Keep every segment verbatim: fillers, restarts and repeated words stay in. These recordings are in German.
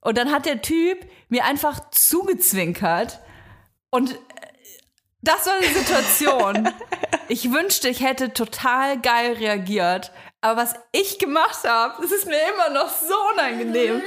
Und dann hat der Typ mir einfach zugezwinkert und das war die Situation. Ich wünschte, ich hätte total geil reagiert, aber was ich gemacht habe, das ist mir immer noch so unangenehm.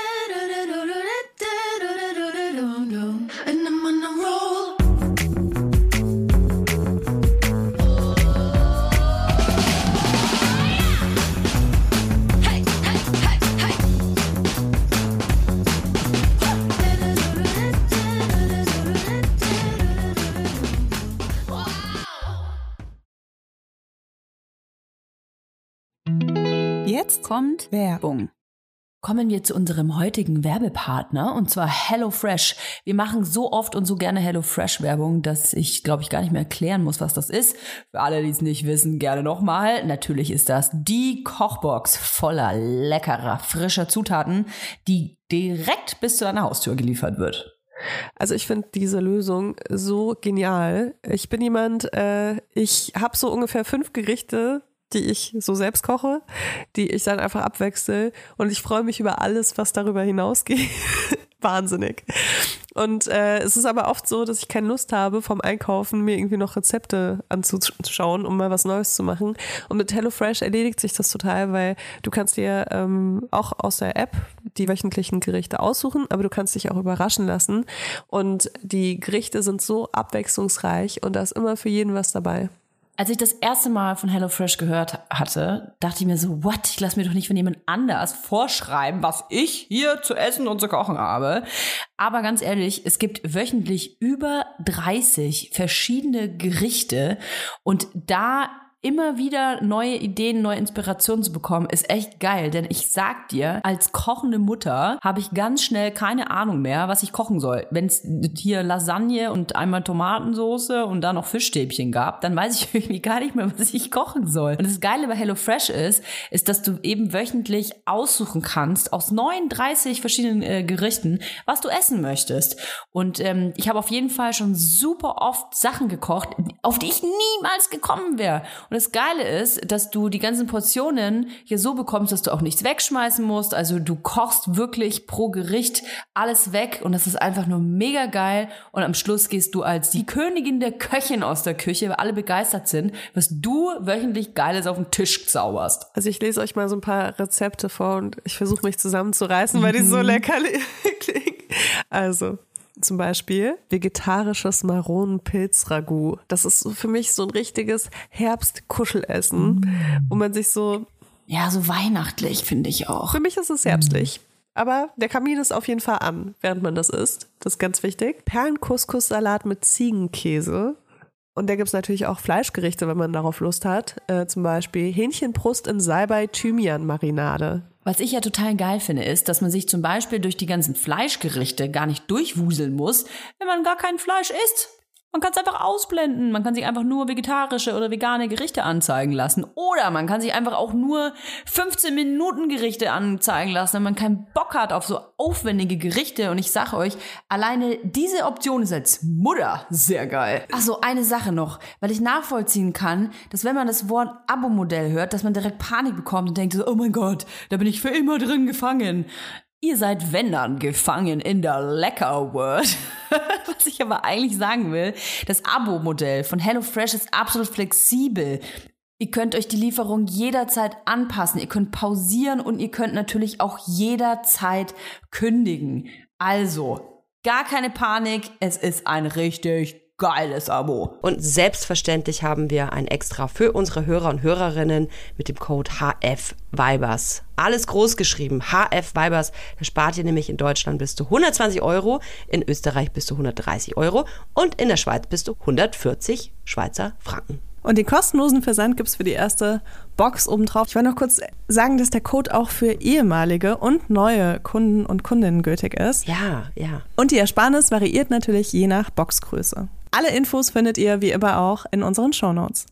Jetzt kommt Werbung. Kommen wir zu unserem heutigen Werbepartner, und zwar HelloFresh. Wir machen so oft und so gerne HelloFresh-Werbung, dass ich, glaube ich, gar nicht mehr erklären muss, was das ist. Für alle, die es nicht wissen, gerne nochmal. Natürlich ist das die Kochbox voller leckerer, frischer Zutaten, die direkt bis zu deiner Haustür geliefert wird. Also ich finde diese Lösung so genial. Ich bin jemand, äh, ich habe so ungefähr fünf Gerichte, die ich so selbst koche, die ich dann einfach abwechsel, und ich freue mich über alles, was darüber hinausgeht. Wahnsinnig. Und äh, es ist aber oft so, dass ich keine Lust habe, vom Einkaufen mir irgendwie noch Rezepte anzuschauen, um mal was Neues zu machen. Und mit HelloFresh erledigt sich das total, weil du kannst dir ähm, auch aus der App die wöchentlichen Gerichte aussuchen, aber du kannst dich auch überraschen lassen. Und die Gerichte sind so abwechslungsreich und da ist immer für jeden was dabei. Als ich das erste Mal von HelloFresh gehört hatte, dachte ich mir so, what? Ich lasse mir doch nicht von jemand anders vorschreiben, was ich hier zu essen und zu kochen habe. Aber ganz ehrlich, es gibt wöchentlich über dreißig verschiedene Gerichte, und da immer wieder neue Ideen, neue Inspirationen zu bekommen, ist echt geil. Denn ich sag dir, als kochende Mutter habe ich ganz schnell keine Ahnung mehr, was ich kochen soll. Wenn es hier Lasagne und einmal Tomatensoße und dann noch Fischstäbchen gab, dann weiß ich irgendwie gar nicht mehr, was ich kochen soll. Und das Geile bei HelloFresh ist, ist, dass du eben wöchentlich aussuchen kannst aus neununddreißig verschiedenen äh, Gerichten, was du essen möchtest. Und ähm, ich habe auf jeden Fall schon super oft Sachen gekocht, auf die ich niemals gekommen wäre. Und das Geile ist, dass du die ganzen Portionen hier so bekommst, dass du auch nichts wegschmeißen musst. Also du kochst wirklich pro Gericht alles weg, und das ist einfach nur mega geil. Und am Schluss gehst du als die Königin der Köchin aus der Küche, weil alle begeistert sind, was du wöchentlich Geiles auf den Tisch zauberst. Also ich lese euch mal so ein paar Rezepte vor und ich versuche mich zusammenzureißen, weil die so lecker klingen. Also zum Beispiel vegetarisches Maronenpilz-Ragout. Das ist für mich so ein richtiges Herbst-Kuschelessen, mm. wo man sich so... Ja, so weihnachtlich, finde ich auch. Für mich ist es herbstlich. Mm. Aber der Kamin ist auf jeden Fall an, während man das isst. Das ist ganz wichtig. Perlencouscous-Salat mit Ziegenkäse. Und da gibt es natürlich auch Fleischgerichte, wenn man darauf Lust hat. Äh, zum Beispiel Hähnchenbrust in Salbei-Thymian-Marinade. Was ich ja total geil finde, ist, dass man sich zum Beispiel durch die ganzen Fleischgerichte gar nicht durchwuseln muss, wenn man gar kein Fleisch isst. Man kann es einfach ausblenden. Man kann sich einfach nur vegetarische oder vegane Gerichte anzeigen lassen. Oder man kann sich einfach auch nur fünfzehn Minuten Gerichte anzeigen lassen, wenn man keinen Bock hat auf so aufwendige Gerichte. Und ich sage euch, alleine diese Option ist als Mutter sehr geil. Ach so, eine Sache noch, weil ich nachvollziehen kann, dass wenn man das Wort Abo-Modell hört, dass man direkt Panik bekommt und denkt so, oh mein Gott, da bin ich für immer drin gefangen. Ihr seid, wenn dann, gefangen in der Lecker-Word. Was ich aber eigentlich sagen will, das Abo-Modell von HelloFresh ist absolut flexibel. Ihr könnt euch die Lieferung jederzeit anpassen, ihr könnt pausieren und ihr könnt natürlich auch jederzeit kündigen. Also, gar keine Panik, es ist ein richtig geiles Abo. Und selbstverständlich haben wir ein Extra für unsere Hörer und Hörerinnen mit dem Code H F Weibers. Alles groß geschrieben, H F Weibers. Da spart ihr nämlich in Deutschland bis zu hundertzwanzig Euro, in Österreich bis zu hundertdreißig Euro und in der Schweiz bis zu hundertvierzig Schweizer Franken. Und den kostenlosen Versand gibt's für die erste Box obendrauf. Ich wollte noch kurz sagen, dass der Code auch für ehemalige und neue Kunden und Kundinnen gültig ist. Ja, ja. Und die Ersparnis variiert natürlich je nach Boxgröße. Alle Infos findet ihr wie immer auch in unseren Shownotes.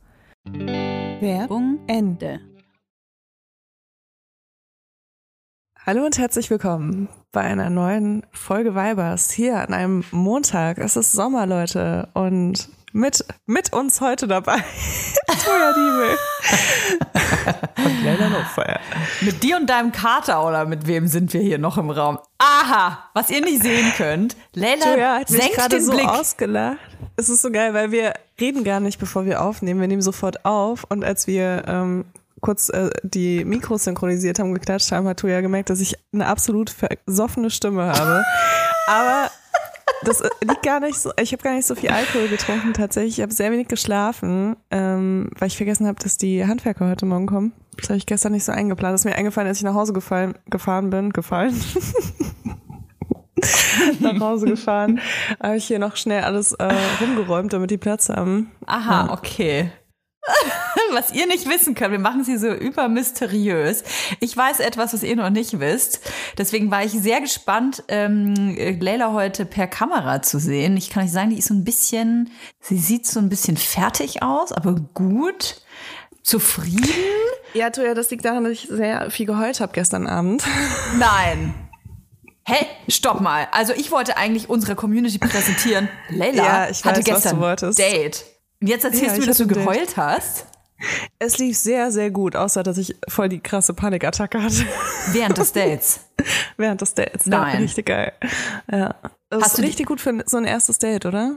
Werbung Ende. Hallo und herzlich willkommen bei einer neuen Folge Weibers hier an einem Montag. Es ist Sommer, Leute, und mit, mit uns heute dabei. Toja Diebel. Und Leila Notfeuer. Mit dir und deinem Kater oder mit wem sind wir hier noch im Raum? Aha, was ihr nicht sehen könnt. Leila Toja hat mich senkt gerade den so Blick. ausgelacht. Es ist so geil, weil wir reden gar nicht, bevor wir aufnehmen. Wir nehmen sofort auf. Und als wir ähm, kurz äh, die Mikros synchronisiert haben, geklatscht haben, hat Toja gemerkt, dass ich eine absolut versoffene Stimme habe. Aber das liegt gar nicht so, ich habe gar nicht so viel Alkohol getrunken tatsächlich. Ich habe sehr wenig geschlafen, ähm, weil ich vergessen habe, dass die Handwerker heute Morgen kommen. Das habe ich gestern nicht so eingeplant. Das ist mir eingefallen, als ich nach Hause gefallen, gefahren bin. Gefallen? nach Hause gefahren. Habe ich hier noch schnell alles äh, rumgeräumt, damit die Platz haben. Aha, ja. Okay. Was ihr nicht wissen könnt, wir machen sie so übermysteriös. Ich weiß etwas, was ihr noch nicht wisst. Deswegen war ich sehr gespannt, ähm, Leila heute per Kamera zu sehen. Ich kann euch sagen, die ist so ein bisschen, sie sieht so ein bisschen fertig aus, aber gut, zufrieden. Ja, Toja, das liegt daran, dass ich sehr viel geheult habe gestern Abend. Nein. Hä? Stopp mal. Also ich wollte eigentlich unsere Community präsentieren. Leila Ja, ich weiß, hatte gestern was du wolltest. Date. Und jetzt erzählst Ja, du mir, ich dass du hatte ein Date. geheult hast. Es lief sehr, sehr gut, außer dass ich voll die krasse Panikattacke hatte. Während des Dates. Während des Dates. Nein. Ja, richtig geil. Ja. Das Hast ist du die- richtig gut für so ein erstes Date, oder?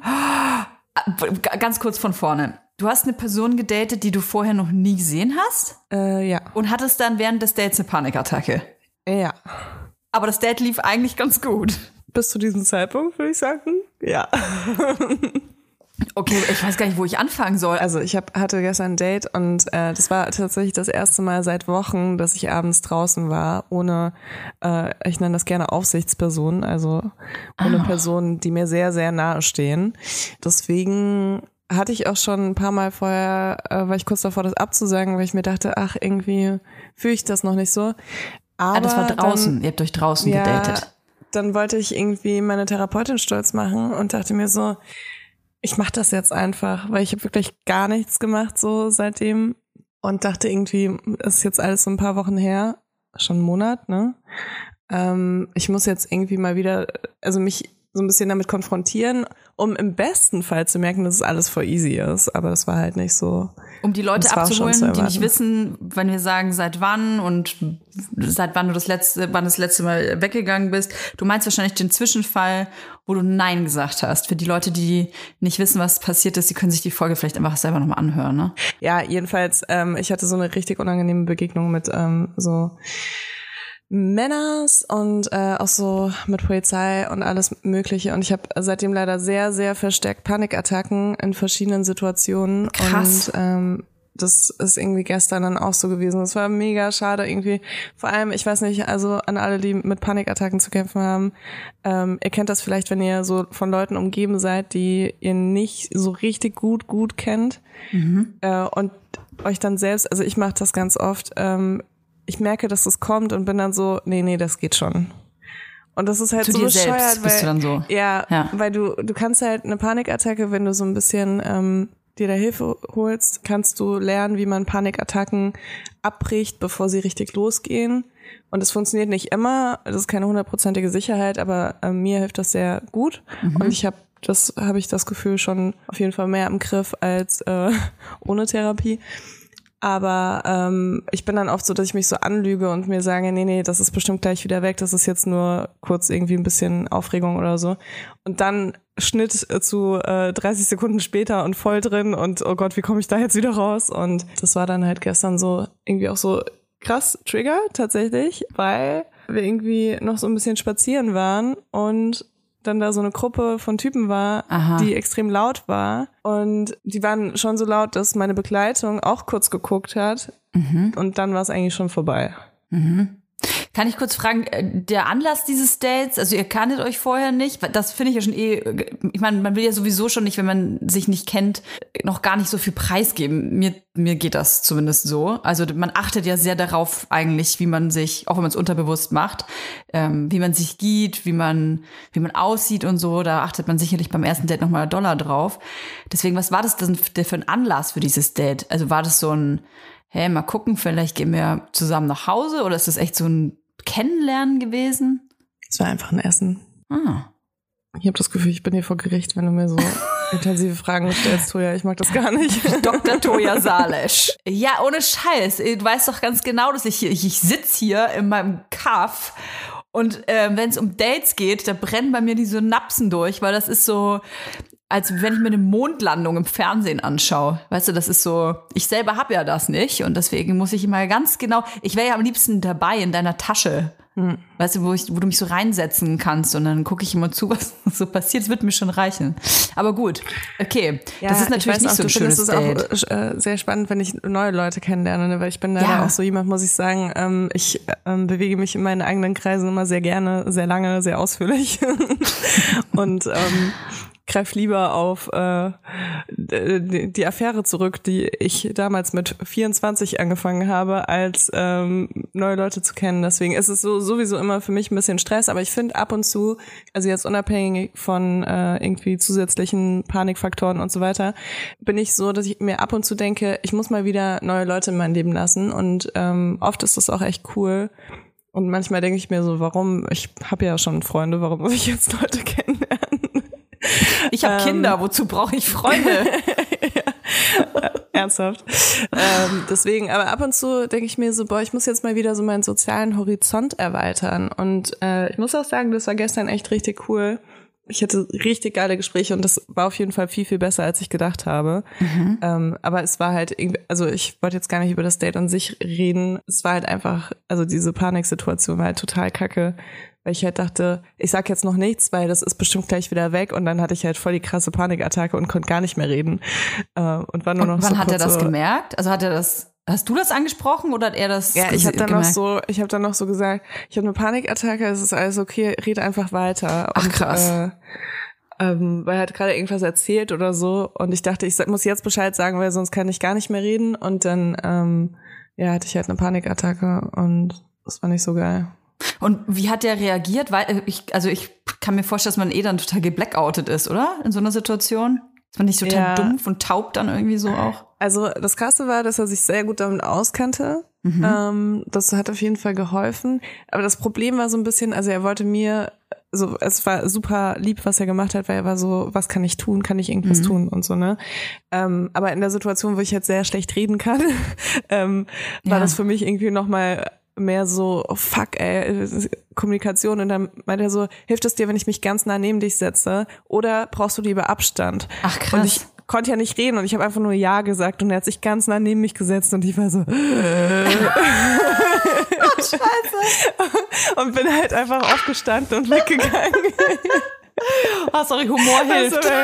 G- Ganz kurz von vorne. Du hast eine Person gedatet, die du vorher noch nie gesehen hast Äh, ja. und hattest dann während des Dates eine Panikattacke. Ja. Aber das Date lief eigentlich ganz gut. Bis zu diesem Zeitpunkt, würde ich sagen. Ja. Okay, ich weiß gar nicht, wo ich anfangen soll. Also ich hab, hatte gestern ein Date und äh, das war tatsächlich das erste Mal seit Wochen, dass ich abends draußen war, ohne, äh, ich nenne das gerne Aufsichtspersonen, also ohne Ah. Personen, die mir sehr, sehr nahe stehen. Deswegen hatte ich auch schon ein paar Mal vorher, äh, war ich kurz davor, das abzusagen, weil ich mir dachte, ach, irgendwie fühle ich das noch nicht so. Aber ah, das war draußen. Dann, Ihr habt euch draußen ja, gedatet. dann wollte ich irgendwie meine Therapeutin stolz machen und dachte mir so, ich mache das jetzt einfach, weil ich habe wirklich gar nichts gemacht so seitdem und dachte irgendwie, es ist jetzt alles so ein paar Wochen her, schon einen Monat, ne? Ähm, ich muss jetzt irgendwie mal wieder, also mich so ein bisschen damit konfrontieren, um im besten Fall zu merken, dass es alles voll easy ist. Aber das war halt nicht so. Um die Leute Das war schon abzuholen, zu die nicht erwarten. wissen, wenn wir sagen, seit wann und seit wann du das letzte, wann das letzte Mal weggegangen bist. Du meinst wahrscheinlich den Zwischenfall, wo du Nein gesagt hast. Für die Leute, die nicht wissen, was passiert ist, die können sich die Folge vielleicht einfach selber nochmal anhören, ne? Ja, jedenfalls, ähm, ich hatte so eine richtig unangenehme Begegnung mit ähm, so Männers und äh, auch so mit Polizei und alles Mögliche. Und ich habe seitdem leider sehr, sehr verstärkt Panikattacken in verschiedenen Situationen. Krass. Und ähm, das ist irgendwie gestern dann auch so gewesen. Das war mega schade irgendwie. Vor allem, ich weiß nicht, also an alle, die mit Panikattacken zu kämpfen haben, ähm, ihr kennt das vielleicht, wenn ihr so von Leuten umgeben seid, die ihr nicht so richtig gut, gut kennt. Mhm. Äh, und euch dann selbst, also ich mache das ganz oft, ähm, ich merke, dass das kommt und bin dann so, nee, nee, das geht schon. Und das ist halt Zu so dir bescheuert, selbst weil, bist du dann so. Ja, Ja. weil du, du kannst halt eine Panikattacke, wenn du so ein bisschen ähm, dir da Hilfe holst, kannst du lernen, wie man Panikattacken abbricht, bevor sie richtig losgehen. Und es funktioniert nicht immer, das ist keine hundertprozentige Sicherheit, aber äh, mir hilft das sehr gut. Mhm. Und ich habe das habe ich das Gefühl schon auf jeden Fall mehr im Griff als äh, ohne Therapie. Aber ähm, ich bin dann oft so, dass ich mich so anlüge und mir sage, nee, nee, das ist bestimmt gleich wieder weg, das ist jetzt nur kurz irgendwie ein bisschen Aufregung oder so. Und dann Schnitt zu äh, dreißig Sekunden später und voll drin und oh Gott, wie komme ich da jetzt wieder raus? Und das war dann halt gestern so irgendwie auch so krass Trigger tatsächlich, weil wir irgendwie noch so ein bisschen spazieren waren und dann da so eine Gruppe von Typen war, Aha. die extrem laut war. Und die waren schon so laut, dass meine Begleitung auch kurz geguckt hat. Mhm. Und dann war es eigentlich schon vorbei. Mhm. Kann ich kurz fragen, äh, der Anlass dieses Dates, also ihr kanntet euch vorher nicht, das finde ich ja schon eh, ich meine, man will ja sowieso schon nicht, wenn man sich nicht kennt, noch gar nicht so viel preisgeben. Mir, mir geht das zumindest so. Also man achtet ja sehr darauf eigentlich, wie man sich, auch wenn man es unterbewusst macht, ähm, wie man sich gibt, wie man, wie man aussieht und so. Da achtet man sicherlich beim ersten Date nochmal Dollar drauf. Deswegen, was war das denn für ein Anlass für dieses Date? Also war das so ein, hey, mal gucken, vielleicht gehen wir zusammen nach Hause, oder ist das echt so ein Kennenlernen gewesen? Es war einfach ein Essen. Ah. Ich habe das Gefühl, ich bin hier vor Gericht, wenn du mir so intensive Fragen stellst, Toja. Ich mag das gar nicht. Doktor Toja Salesch. Ja, ohne Scheiß. Du weißt doch ganz genau, dass ich hier, ich, ich sitze hier in meinem Kaff und äh, wenn es um Dates geht, da brennen bei mir die Synapsen durch, weil das ist so, als wenn ich mir eine Mondlandung im Fernsehen anschaue. Weißt du, das ist so, ich selber habe ja das nicht und deswegen muss ich immer ganz genau, ich wäre ja am liebsten dabei in deiner Tasche. Hm. Weißt du, wo, ich, wo du mich so reinsetzen kannst und dann gucke ich immer zu, was so passiert. Das wird mir schon reichen. Aber gut, okay. Ja, das ist natürlich nicht auch, so ein schönes es Date. ist auch äh, sehr spannend, wenn ich neue Leute kennenlerne, ne? Weil ich bin da Ja. auch so jemand, muss ich sagen, ähm, ich ähm, bewege mich in meinen eigenen Kreisen immer sehr gerne, sehr lange, sehr ausführlich und ähm, greif lieber auf äh, die Affäre zurück, die ich damals mit vierundzwanzig angefangen habe, als ähm, neue Leute zu kennen. Deswegen ist es so sowieso immer für mich ein bisschen Stress, aber ich finde ab und zu, also jetzt unabhängig von äh, irgendwie zusätzlichen Panikfaktoren und so weiter, bin ich so, dass ich mir ab und zu denke, ich muss mal wieder neue Leute in mein Leben lassen und ähm, oft ist das auch echt cool. Und manchmal denke ich mir so, warum, ich habe ja schon Freunde, warum muss ich jetzt Leute kennenlernen? Ich habe ähm, Kinder, wozu brauche ich Freunde? ja, ernsthaft. ähm, deswegen, aber ab und zu denke ich mir so, boah, ich muss jetzt mal wieder so meinen sozialen Horizont erweitern. Und äh, ich muss auch sagen, das war gestern echt richtig cool. Ich hatte richtig geile Gespräche und das war auf jeden Fall viel, viel besser, als ich gedacht habe. Mhm. Ähm, aber es war halt irgendwie, also ich wollte jetzt gar nicht über das Date an sich reden. Es war halt einfach, also diese Paniksituation war halt total kacke. Weil ich halt dachte, ich sag jetzt noch nichts, weil das ist bestimmt gleich wieder weg. Und dann hatte ich halt voll die krasse Panikattacke und konnte gar nicht mehr reden. Äh, und war nur noch und wann so hat er das so, gemerkt? Also hat er das, hast du das angesprochen oder hat er das Ja, ich habe dann gemerkt? noch so, ich habe dann noch so gesagt, ich habe eine Panikattacke, es ist alles okay, rede einfach weiter. Ach und, krass. Äh, ähm, weil er hat gerade irgendwas erzählt oder so. Und ich dachte, ich muss jetzt Bescheid sagen, weil sonst kann ich gar nicht mehr reden. Und dann, ähm, ja, hatte ich halt eine Panikattacke und das war nicht so geil. Und wie hat der reagiert? Weil ich, also ich kann mir vorstellen, dass man eh dann total geblackoutet ist, oder? In so einer Situation? Ist man nicht total ja. dumpf und taub dann irgendwie so auch? Also das Krasse war, dass er sich sehr gut damit auskannte. Mhm. Ähm, das hat auf jeden Fall geholfen. Aber das Problem war so ein bisschen, also er wollte mir, so es war super lieb, was er gemacht hat, weil er war so, was kann ich tun? Kann ich irgendwas mhm. tun und so, ne? Ähm, aber in der Situation, wo ich jetzt sehr schlecht reden kann, ähm, war ja. das für mich irgendwie nochmal mehr so, oh fuck, ey, Kommunikation. Und dann meint er so, hilft es dir, wenn ich mich ganz nah neben dich setze? Oder brauchst du lieber Abstand? Ach krass. Und ich konnte ja nicht reden und ich habe einfach nur Ja gesagt und er hat sich ganz nah neben mich gesetzt und ich war so oh, Scheiße. Und bin halt einfach aufgestanden und weggegangen. Oh, sorry, Humor hilft. Also,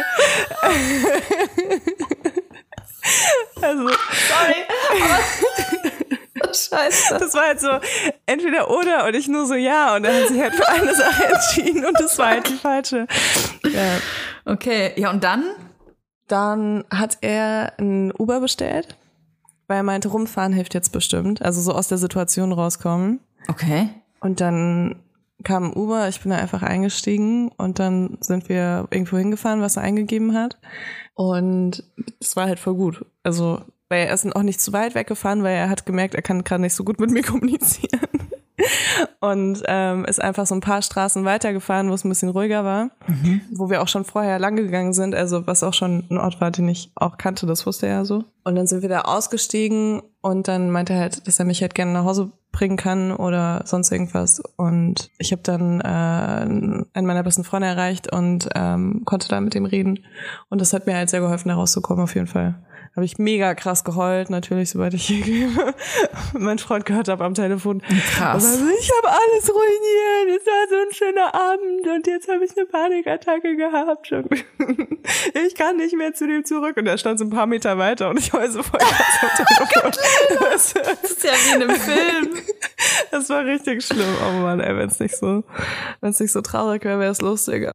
also sorry, aber Scheiße. Das war halt so entweder oder und ich nur so ja und dann hat sich halt für eine Sache entschieden und das war halt die falsche. Ja. Okay, ja und dann? Dann hat er ein Uber bestellt, weil er meinte, rumfahren hilft jetzt bestimmt, also so aus der Situation rauskommen. Okay. Und dann kam ein Uber, ich bin da einfach eingestiegen und dann sind wir irgendwo hingefahren, was er eingegeben hat und es war halt voll gut. Also weil er ist auch nicht zu weit weggefahren, weil er hat gemerkt, er kann gerade nicht so gut mit mir kommunizieren. Und ähm, ist einfach so ein paar Straßen weitergefahren, wo es ein bisschen ruhiger war, mhm. wo wir auch schon vorher lang gegangen sind, also was auch schon ein Ort war, den ich auch kannte, das wusste er ja so. Und dann sind wir da ausgestiegen und dann meinte er halt, dass er mich halt gerne nach Hause bringen kann oder sonst irgendwas. Und ich habe dann äh, einen meiner besten Freunde erreicht und ähm, konnte da mit ihm reden. Und das hat mir halt sehr geholfen, da rauszukommen auf jeden Fall. Habe ich mega krass geheult, natürlich, sobald ich meinen Freund gehört habe am Telefon. Krass. Also, ich habe alles ruiniert, es war so ein schöner Abend und jetzt habe ich eine Panikattacke gehabt. Ich kann nicht mehr zu dem zurück. Und er stand so ein paar Meter weiter und ich heule so voll krass am Telefon. Das ist ja wie in einem Film. Das war richtig schlimm. Oh Mann, ey, wenn es nicht so, wenn es nicht so traurig wäre, wäre es lustiger.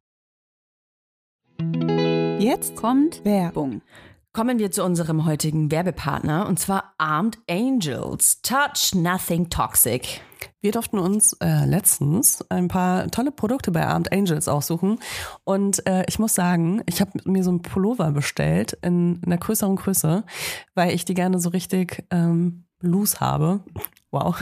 Jetzt kommt Werbung. Kommen wir zu unserem heutigen Werbepartner, und zwar Armed Angels. Touch Nothing Toxic. Wir durften uns äh, letztens ein paar tolle Produkte bei Armed Angels aussuchen. Und äh, ich muss sagen, ich habe mir so einen Pullover bestellt in einer größeren Größe, weil ich die gerne so richtig ähm, Blues habe. Wow.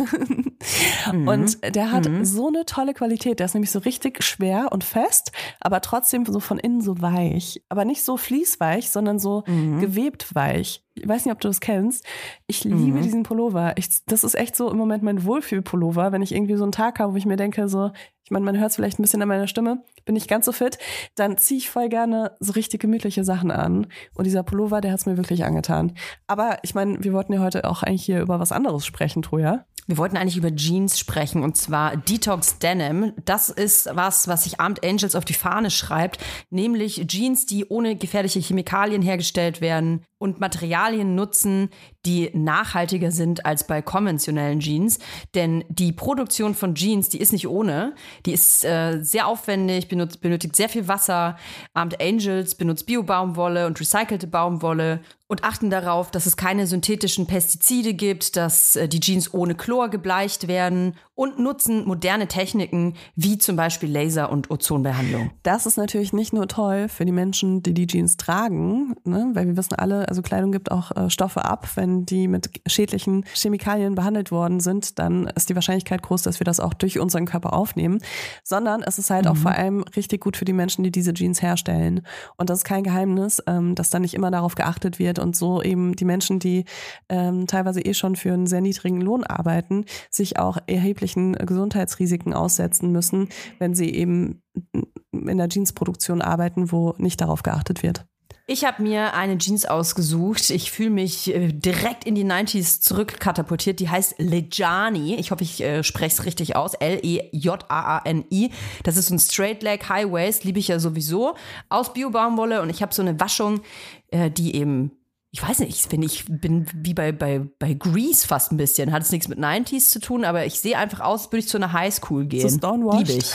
Mhm. Und der hat mhm. so eine tolle Qualität. Der ist nämlich so richtig schwer und fest, aber trotzdem so von innen so weich. Aber nicht so fließweich, sondern so mhm. gewebt weich. Ich weiß nicht, ob du das kennst. Ich liebe mhm. diesen Pullover. Ich, das ist echt so im Moment mein Wohlfühl-Pullover, wenn ich irgendwie so einen Tag habe, wo ich mir denke, so, ich meine, man hört es vielleicht ein bisschen an meiner Stimme, bin nicht ganz so fit, dann ziehe ich voll gerne so richtig gemütliche Sachen an. Und dieser Pullover, der hat es mir wirklich angetan. Aber ich meine, wir wollten ja heute auch eigentlich hier über was anderes sprechen, Troja. Wir wollten eigentlich über Jeans sprechen und zwar Detox Denim. Das ist was, was sich Armed Angels auf die Fahne schreibt, nämlich Jeans, die ohne gefährliche Chemikalien hergestellt werden und Materialien nutzen, die nachhaltiger sind als bei konventionellen Jeans. Denn die Produktion von Jeans, die ist nicht ohne. Die ist äh, sehr aufwendig, benutzt, benötigt sehr viel Wasser. Armed Angels benutzt Bio-Baumwolle und recycelte Baumwolle und achten darauf, dass es keine synthetischen Pestizide gibt, dass äh, die Jeans ohne Chlor gebleicht werden und nutzen moderne Techniken wie zum Beispiel Laser- und Ozonbehandlung. Das ist natürlich nicht nur toll für die Menschen, die die Jeans tragen, ne? Weil wir wissen alle, also Kleidung gibt auch äh, Stoffe ab. Wenn die mit schädlichen Chemikalien behandelt worden sind, dann ist die Wahrscheinlichkeit groß, dass wir das auch durch unseren Körper aufnehmen. Sondern es ist halt mhm. auch vor allem richtig gut für die Menschen, die diese Jeans herstellen. Und das ist kein Geheimnis, ähm, dass da nicht immer darauf geachtet wird und so eben die Menschen, die ähm, teilweise eh schon für einen sehr niedrigen Lohn arbeiten, sich auch erheblichen Gesundheitsrisiken aussetzen müssen, wenn sie eben in der Jeansproduktion arbeiten, wo nicht darauf geachtet wird. Ich habe mir eine Jeans ausgesucht. Ich fühle mich äh, direkt in die neunziger zurückkatapultiert. Die heißt Lejani. Ich hoffe, ich äh, spreche es richtig aus. L E J A A N I. Das ist so ein Straight Leg High Waist. Liebe ich ja sowieso. Aus Bio-Baumwolle. Und ich habe so eine Waschung, äh, die eben, ich weiß nicht, ich bin, ich bin wie bei, bei, bei Grease fast ein bisschen. Hat es nichts mit neunziger zu tun, aber ich sehe einfach aus, als würde ich zu einer Highschool gehen. So stonewashed? Liebe ich.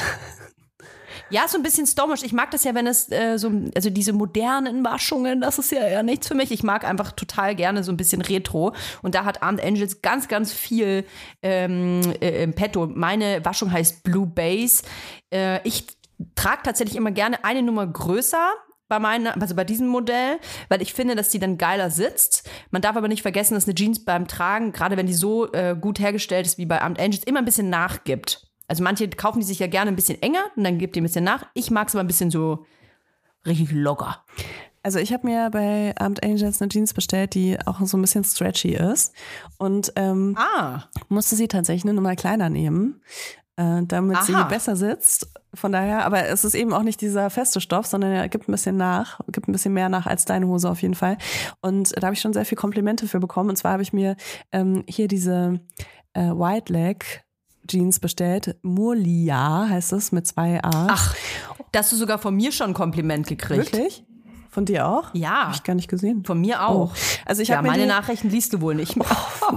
Ja, so ein bisschen stomisch. Ich mag das ja, wenn es äh, so, also diese modernen Waschungen, das ist ja eher nichts für mich. Ich mag einfach total gerne so ein bisschen Retro. Und da hat Armed Angels ganz, ganz viel ähm, äh, im Petto. Meine Waschung heißt Blue Base. Äh, ich trage tatsächlich immer gerne eine Nummer größer. Bei meiner, also bei diesem Modell, weil ich finde, dass die dann geiler sitzt. Man darf aber nicht vergessen, dass eine Jeans beim Tragen, gerade wenn die so äh, gut hergestellt ist wie bei Armed Angels, immer ein bisschen nachgibt. Also manche kaufen die sich ja gerne ein bisschen enger und dann gibt die ein bisschen nach. Ich mag es aber ein bisschen so richtig locker. Also ich habe mir bei Armed Angels eine Jeans bestellt, die auch so ein bisschen stretchy ist. Und ähm, ah. musste sie tatsächlich eine Nummer kleiner nehmen, äh, damit Aha. sie besser sitzt. Von daher, aber es ist eben auch nicht dieser feste Stoff, sondern er gibt ein bisschen nach, gibt ein bisschen mehr nach als deine Hose auf jeden Fall. Und da habe ich schon sehr viel Komplimente für bekommen. Und zwar habe ich mir ähm, hier diese äh, Wide Leg Jeans bestellt. Murlia heißt es mit zwei A. Ach, da hast du sogar von mir schon ein Kompliment gekriegt. Wirklich? Von dir auch? Ja. Habe ich gar nicht gesehen. Von mir auch. Oh. Also ich ja, hab mir meine die, Nachrichten liest du wohl nicht mehr.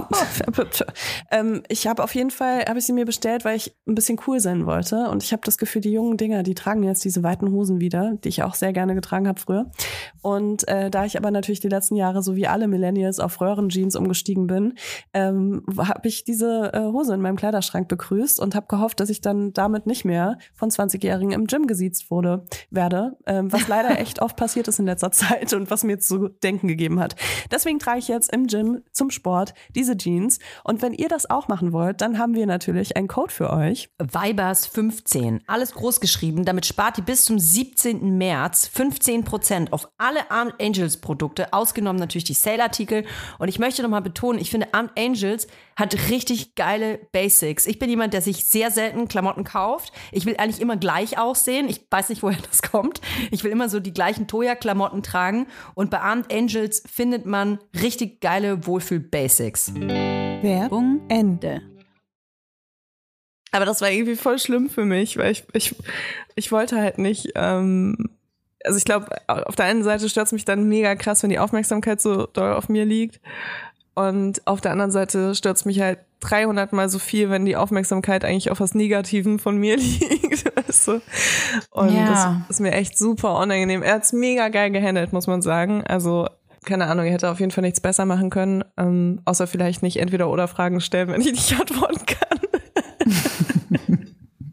ähm, ich habe auf jeden Fall, habe ich sie mir bestellt, weil ich ein bisschen cool sein wollte. Und ich habe das Gefühl, die jungen Dinger, die tragen jetzt diese weiten Hosen wieder, die ich auch sehr gerne getragen habe früher. Und äh, da ich aber natürlich die letzten Jahre, so wie alle Millennials, auf Röhrenjeans umgestiegen bin, ähm, habe ich diese äh, Hose in meinem Kleiderschrank begrüßt und habe gehofft, dass ich dann damit nicht mehr von zwanzigjährigen im Gym gesiezt wurde, werde. Ähm, was leider echt oft passiert ist in letzter Zeit und was mir zu denken gegeben hat. Deswegen trage ich jetzt im Gym zum Sport diese Jeans. Und wenn ihr das auch machen wollt, dann haben wir natürlich einen Code für euch. Vibers fünfzehn. Alles groß geschrieben. Damit spart ihr bis zum siebzehnten März fünfzehn Prozent auf alle Armed Angels Produkte, ausgenommen natürlich die Sale-Artikel. Und ich möchte nochmal betonen, ich finde, Armed Angels hat richtig geile Basics. Ich bin jemand, der sich sehr selten Klamotten kauft. Ich will eigentlich immer gleich aussehen. Ich weiß nicht, woher das kommt. Ich will immer so die gleichen Toya-Klamotten tragen. Und bei Armed Angels findet man richtig geile Wohlfühl-Basics. Werbung Ende. Aber das war irgendwie voll schlimm für mich, weil ich, ich, ich wollte halt nicht, ähm, also ich glaube, auf der einen Seite stört es mich dann mega krass, wenn die Aufmerksamkeit so doll auf mir liegt. Und auf der anderen Seite stört es mich halt dreihundert Mal so viel, wenn die Aufmerksamkeit eigentlich auf was Negativen von mir liegt. Weißt du? Und ja. Das ist mir echt super unangenehm. Er hat es mega geil gehandelt, muss man sagen. Also keine Ahnung, er hätte auf jeden Fall nichts besser machen können, ähm, außer vielleicht nicht entweder oder Fragen stellen, wenn ich nicht antworten kann.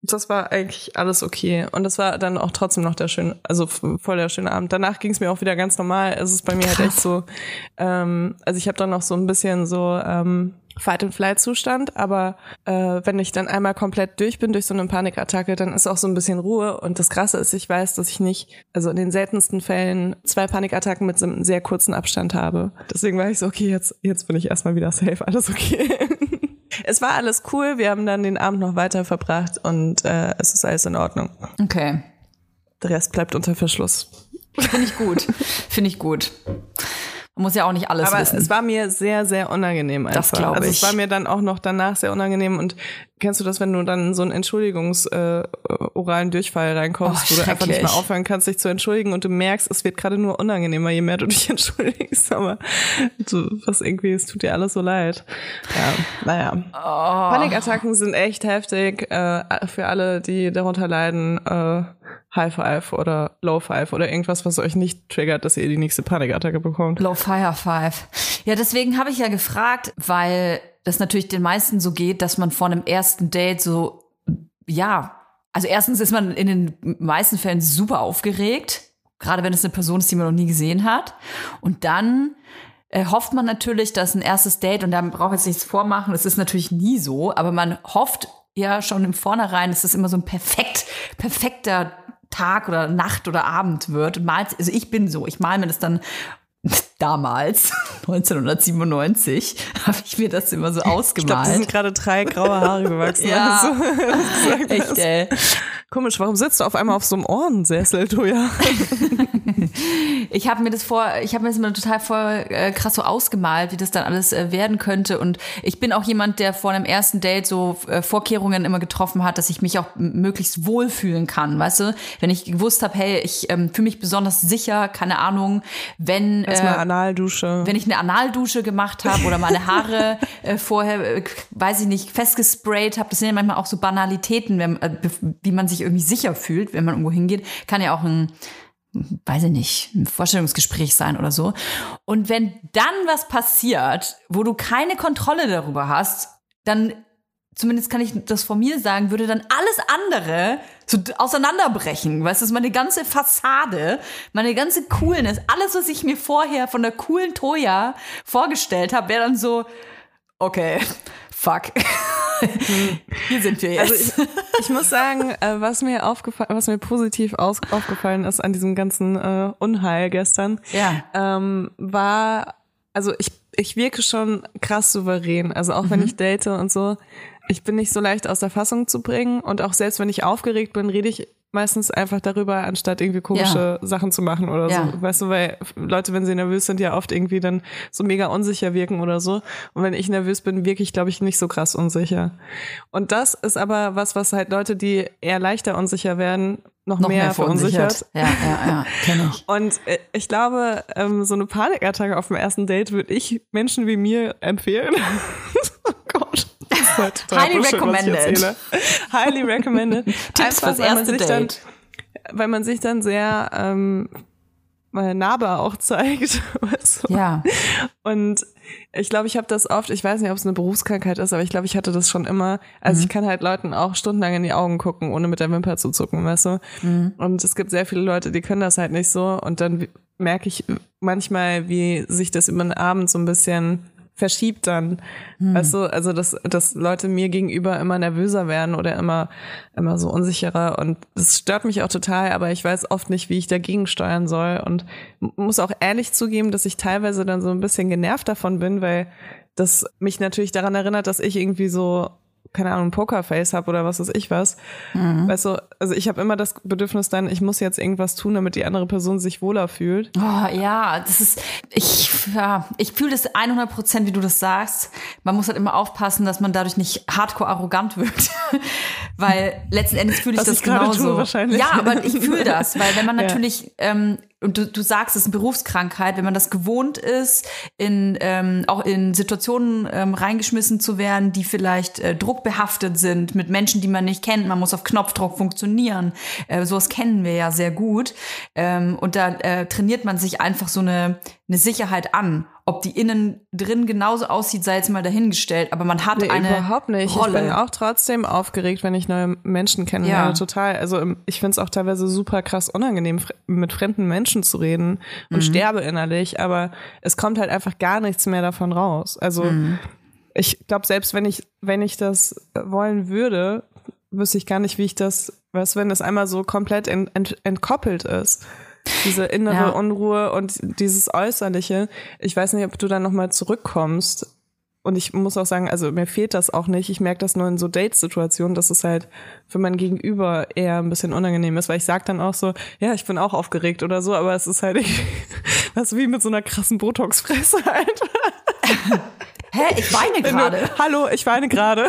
das war eigentlich alles okay. Und das war dann auch trotzdem noch der schöne, also voll der schöne Abend. Danach ging es mir auch wieder ganz normal. Es ist bei mir Krass. halt echt so, ähm, also ich habe dann noch so ein bisschen so ähm, Fight-and-Flight-Zustand, aber äh, wenn ich dann einmal komplett durch bin durch so eine Panikattacke, dann ist auch so ein bisschen Ruhe. Und das Krasse ist, ich weiß, dass ich nicht, also in den seltensten Fällen zwei Panikattacken mit so einem sehr kurzen Abstand habe. Deswegen war ich so, okay, jetzt, jetzt bin ich erstmal wieder safe, alles okay. Es war alles cool, wir haben dann den Abend noch weiter verbracht und äh, es ist alles in Ordnung. Okay. Der Rest bleibt unter Verschluss. Finde ich gut, finde ich gut. Man muss ja auch nicht alles Aber wissen. Es war mir sehr, sehr unangenehm einfach. Das glaube ich. Also es war mir dann auch noch danach sehr unangenehm. Und kennst du das, wenn du dann in so einen Entschuldigungs-oralen äh, Durchfall reinkommst, oh, wo du einfach nicht mehr aufhören kannst, dich zu entschuldigen und du merkst, es wird gerade nur unangenehmer, je mehr du dich entschuldigst. Aber du, was irgendwie, es tut dir alles so leid. Ja, naja. Oh. Panikattacken sind echt heftig. Äh, für alle, die darunter leiden, äh, High Five oder Low Five oder irgendwas, was euch nicht triggert, dass ihr die nächste Panikattacke bekommt. Low Fire Five. Ja, deswegen habe ich ja gefragt, weil das natürlich den meisten so geht, dass man vor einem ersten Date so, ja, also erstens ist man in den meisten Fällen super aufgeregt, gerade wenn es eine Person ist, die man noch nie gesehen hat. Und dann äh, hofft man natürlich, dass ein erstes Date, und da braucht man jetzt nichts vormachen, das ist natürlich nie so, aber man hofft ja schon im Vornherein, dass das immer so ein perfekt, perfekter Tag oder Nacht oder Abend wird. Und malt, also ich bin so, ich mal mir das dann damals, neunzehnhundertsiebenundneunzig, habe ich mir das immer so ausgemalt. Ich glaube, da sind gerade drei graue Haare gewachsen. Ja, also, echt, ey. Komisch, warum sitzt du auf einmal auf so einem Ohrensessel, Toja? Ich habe mir das vor, ich habe mir das immer total voll äh, krass so ausgemalt, wie das dann alles äh, werden könnte. Und ich bin auch jemand, der vor einem ersten Date so äh, Vorkehrungen immer getroffen hat, dass ich mich auch m- möglichst wohlfühlen kann, weißt du? Wenn ich gewusst habe, hey, ich ähm, fühle mich besonders sicher, keine Ahnung, wenn äh, erstmal Analdusche, wenn ich eine Analdusche gemacht habe oder meine Haare äh, vorher, äh, weiß ich nicht, festgesprayt habe. Das sind ja manchmal auch so Banalitäten, wenn, äh, wie man sich irgendwie sicher fühlt, wenn man irgendwo hingeht. Kann ja auch ein, weiß ich nicht, ein Vorstellungsgespräch sein oder so. Und wenn dann was passiert, wo du keine Kontrolle darüber hast, dann, zumindest kann ich das von mir sagen, würde dann alles andere so auseinanderbrechen. Weißt du, meine ganze Fassade, meine ganze Coolness, alles, was ich mir vorher von der coolen Toja vorgestellt habe, wäre dann so, okay, fuck. Hier sind wir jetzt. Also ich, ich muss sagen, äh, was mir aufgefallen, was mir positiv aus, aufgefallen ist an diesem ganzen äh, Unheil gestern, ja. ähm, war, also ich, ich wirke schon krass souverän. Also auch mhm. wenn ich date und so, ich bin nicht so leicht aus der Fassung zu bringen. Und auch selbst wenn ich aufgeregt bin, rede ich meistens einfach darüber, anstatt irgendwie komische ja. Sachen zu machen oder ja. so. Weißt du, weil Leute, wenn sie nervös sind, ja oft irgendwie dann so mega unsicher wirken oder so. Und wenn ich nervös bin, wirke ich, glaube ich, nicht so krass unsicher. Und das ist aber was, was halt Leute, die eher leichter unsicher werden, noch, noch mehr, mehr verunsichert. Ja, ja, ja, kenn ich. Und ich glaube, so eine Panikattacke auf dem ersten Date würde ich Menschen wie mir empfehlen. Oh Gott. Highly recommended. Highly recommended. Tipps fürs erste Date. Dann, weil man sich dann sehr ähm, nahbar auch zeigt. Weißt du? Ja. Und ich glaube, ich habe das oft, ich weiß nicht, ob es eine Berufskrankheit ist, aber ich glaube, ich hatte das schon immer. Also mhm. ich kann halt Leuten auch stundenlang in die Augen gucken, ohne mit der Wimper zu zucken, weißt du? Mhm. Und es gibt sehr viele Leute, die können das halt nicht so. Und dann merke ich manchmal, wie sich das über den Abend so ein bisschen verschiebt dann, hm. weißt du, also dass, dass Leute mir gegenüber immer nervöser werden oder immer, immer so unsicherer und das stört mich auch total, aber ich weiß oft nicht, wie ich dagegen steuern soll und muss auch ehrlich zugeben, dass ich teilweise dann so ein bisschen genervt davon bin, weil das mich natürlich daran erinnert, dass ich irgendwie so, keine Ahnung, Pokerface habe oder was weiß ich was. Mhm. Weißt du, also ich habe immer das Bedürfnis dann, ich muss jetzt irgendwas tun, damit die andere Person sich wohler fühlt. Oh ja, das ist, ich, ja, ich fühle das hundert Prozent, wie du das sagst. Man muss halt immer aufpassen, dass man dadurch nicht hardcore arrogant wird. Weil letzten Endes fühle ich was das ich genauso. Tue, wahrscheinlich. Ja, aber ich fühle das, weil wenn man natürlich, ja. ähm, und du, du sagst, es ist eine Berufskrankheit, wenn man das gewohnt ist, in ähm, auch in Situationen ähm, reingeschmissen zu werden, die vielleicht äh, druckbehaftet sind, mit Menschen, die man nicht kennt, man muss auf Knopfdruck funktionieren. Äh, sowas kennen wir ja sehr gut. Ähm, und da äh, trainiert man sich einfach so eine, eine Sicherheit an. Ob die innen drin genauso aussieht, sei jetzt mal dahingestellt. Aber man hat nee, eine überhaupt nicht. Rolle. Ich bin auch trotzdem aufgeregt, wenn ich neue Menschen kennenlerne. Ja. Total. Also ich finde es auch teilweise super krass unangenehm, mit fremden Menschen zu reden und mhm. sterbe innerlich. Aber es kommt halt einfach gar nichts mehr davon raus. Also mhm. ich glaube, selbst wenn ich, wenn ich das wollen würde, wüsste ich gar nicht, wie ich das, was, wenn das einmal so komplett ent, ent, entkoppelt ist. Diese innere ja. Unruhe und dieses Äußerliche. Ich weiß nicht, ob du dann nochmal zurückkommst. Und ich muss auch sagen, also mir fehlt das auch nicht. Ich merke das nur in so Date-Situationen, dass es halt für mein Gegenüber eher ein bisschen unangenehm ist, weil ich sage dann auch so, ja, ich bin auch aufgeregt oder so, aber es ist halt, was wie mit so einer krassen Botox-Fresse halt. Hä, ich weine gerade. Hallo, ich weine gerade.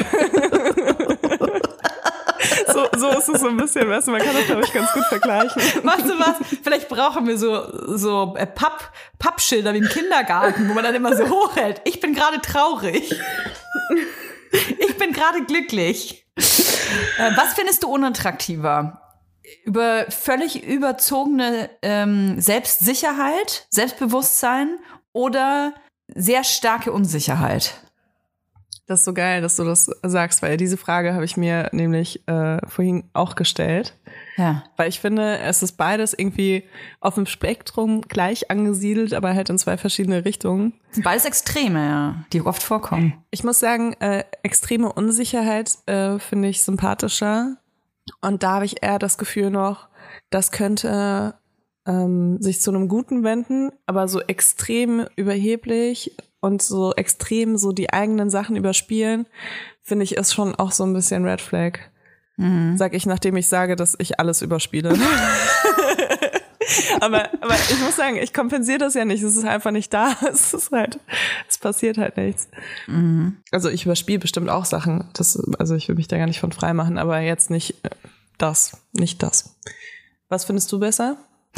So, so ist es so ein bisschen, weißt du, man kann das, glaube ich, ganz gut vergleichen. Weißt du was? Vielleicht brauchen wir so, so äh, Papp, Pappschilder wie im Kindergarten, wo man dann immer so hochhält. Ich bin gerade traurig. Ich bin gerade glücklich. Äh, was findest du unattraktiver? Über völlig überzogene ähm, Selbstsicherheit, Selbstbewusstsein oder sehr starke Unsicherheit? Das ist so geil, dass du das sagst, weil diese Frage habe ich mir nämlich äh, vorhin auch gestellt. Ja. Weil ich finde, es ist beides irgendwie auf dem Spektrum gleich angesiedelt, aber halt in zwei verschiedene Richtungen. Das sind beides Extreme, ja, die oft vorkommen. Ich muss sagen, äh, extreme Unsicherheit äh, finde ich sympathischer. Und da habe ich eher das Gefühl noch, das könnte ähm, sich zu einem Guten wenden, aber so extrem überheblich und so extrem so die eigenen Sachen überspielen, finde ich, ist schon auch so ein bisschen Red Flag. Mhm. Sag ich, nachdem ich sage, dass ich alles überspiele. aber, aber ich muss sagen, ich kompensiere das ja nicht. Es ist einfach nicht da. Es ist halt, es passiert halt nichts. Mhm. Also ich überspiele bestimmt auch Sachen. Das, also ich will mich da gar nicht von frei machen, aber jetzt nicht das, nicht das. Was findest du besser?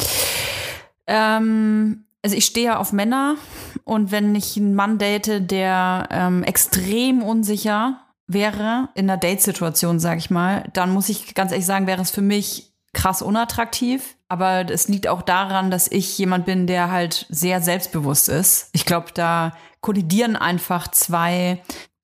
Ähm, also ich stehe ja auf Männer und wenn ich einen Mann date, der ähm, extrem unsicher wäre in einer Date-Situation, sag ich mal, dann muss ich ganz ehrlich sagen, wäre es für mich krass unattraktiv. Aber es liegt auch daran, dass ich jemand bin, der halt sehr selbstbewusst ist. Ich glaube, da kollidieren einfach zwei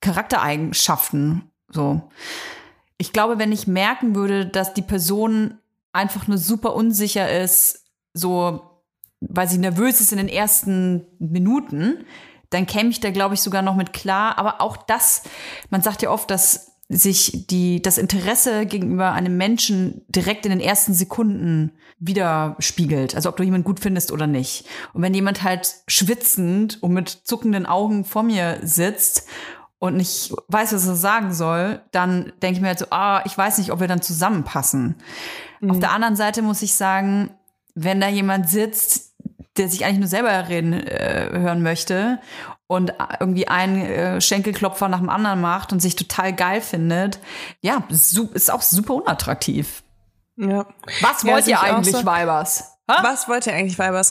Charaktereigenschaften. So. Ich glaube, wenn ich merken würde, dass die Person einfach nur super unsicher ist, so weil sie nervös ist in den ersten Minuten, dann käme ich da, glaube ich, sogar noch mit klar. Aber auch das, man sagt ja oft, dass sich die, das Interesse gegenüber einem Menschen direkt in den ersten Sekunden widerspiegelt. Also ob du jemanden gut findest oder nicht. Und wenn jemand halt schwitzend und mit zuckenden Augen vor mir sitzt und nicht weiß, was er sagen soll, dann denke ich mir halt so, ah, ich weiß nicht, ob wir dann zusammenpassen. Mhm. Auf der anderen Seite muss ich sagen, wenn da jemand sitzt, der sich eigentlich nur selber reden äh, hören möchte und irgendwie einen äh, Schenkelklopfer nach dem anderen macht und sich total geil findet, ja, su- ist auch super unattraktiv. Ja. Was wollt ja, ihr eigentlich, so, Weibers? Ha? Was wollt ihr eigentlich, Weibers?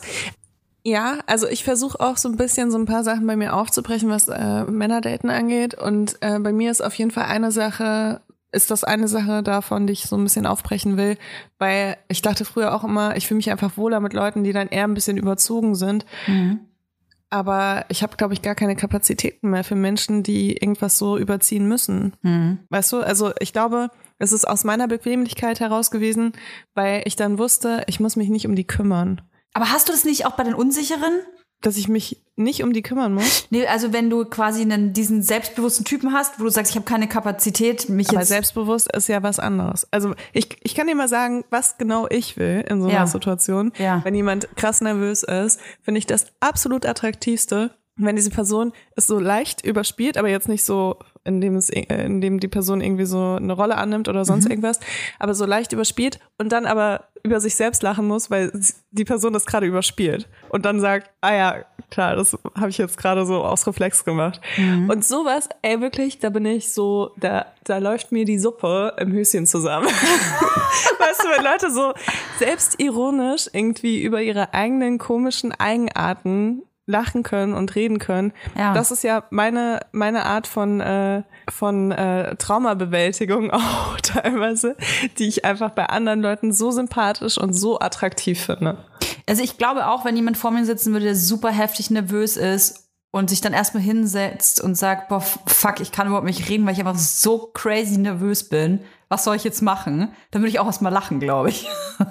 Ja, also ich versuche auch so ein bisschen so ein paar Sachen bei mir aufzubrechen, was äh, Männerdaten angeht. Und äh, bei mir ist auf jeden Fall eine Sache, ist das eine Sache davon, die ich so ein bisschen aufbrechen will, weil ich dachte früher auch immer, ich fühle mich einfach wohler mit Leuten, die dann eher ein bisschen überzogen sind. Mhm. Aber ich habe, glaube ich, gar keine Kapazitäten mehr für Menschen, die irgendwas so überziehen müssen. Mhm. Weißt du, also ich glaube, es ist aus meiner Bequemlichkeit heraus gewesen, weil ich dann wusste, ich muss mich nicht um die kümmern. Aber hast du das nicht auch bei den Unsicheren? Dass ich mich nicht um die kümmern muss? Nee, also wenn du quasi einen, diesen selbstbewussten Typen hast, wo du sagst, ich habe keine Kapazität, mich Aber jetzt... selbstbewusst ist ja was anderes. Also ich, ich kann dir mal sagen, was genau ich will in so einer ja. Situation. Ja. Wenn jemand krass nervös ist, finde ich das absolut attraktivste, wenn diese Person es so leicht überspielt, aber jetzt nicht so, indem es, indem die Person irgendwie so eine Rolle annimmt oder sonst mhm. irgendwas, aber so leicht überspielt und dann aber über sich selbst lachen muss, weil die Person das gerade überspielt und dann sagt, ah ja, klar, das habe ich jetzt gerade so aus Reflex gemacht. Mhm. Und sowas, ey, wirklich, da bin ich so, da, da läuft mir die Suppe im Höschen zusammen. Weißt du, wenn Leute so selbstironisch irgendwie über ihre eigenen komischen Eigenarten lachen können und reden können. Ja. Das ist ja meine meine Art von äh, von äh, Traumabewältigung auch teilweise, die ich einfach bei anderen Leuten so sympathisch und so attraktiv finde. Also ich glaube auch, wenn jemand vor mir sitzen würde, der super heftig nervös ist und sich dann erstmal hinsetzt und sagt, boah, fuck, ich kann überhaupt nicht reden, weil ich einfach so crazy nervös bin. Was soll ich jetzt machen? Dann würde ich auch erstmal lachen, glaube ich.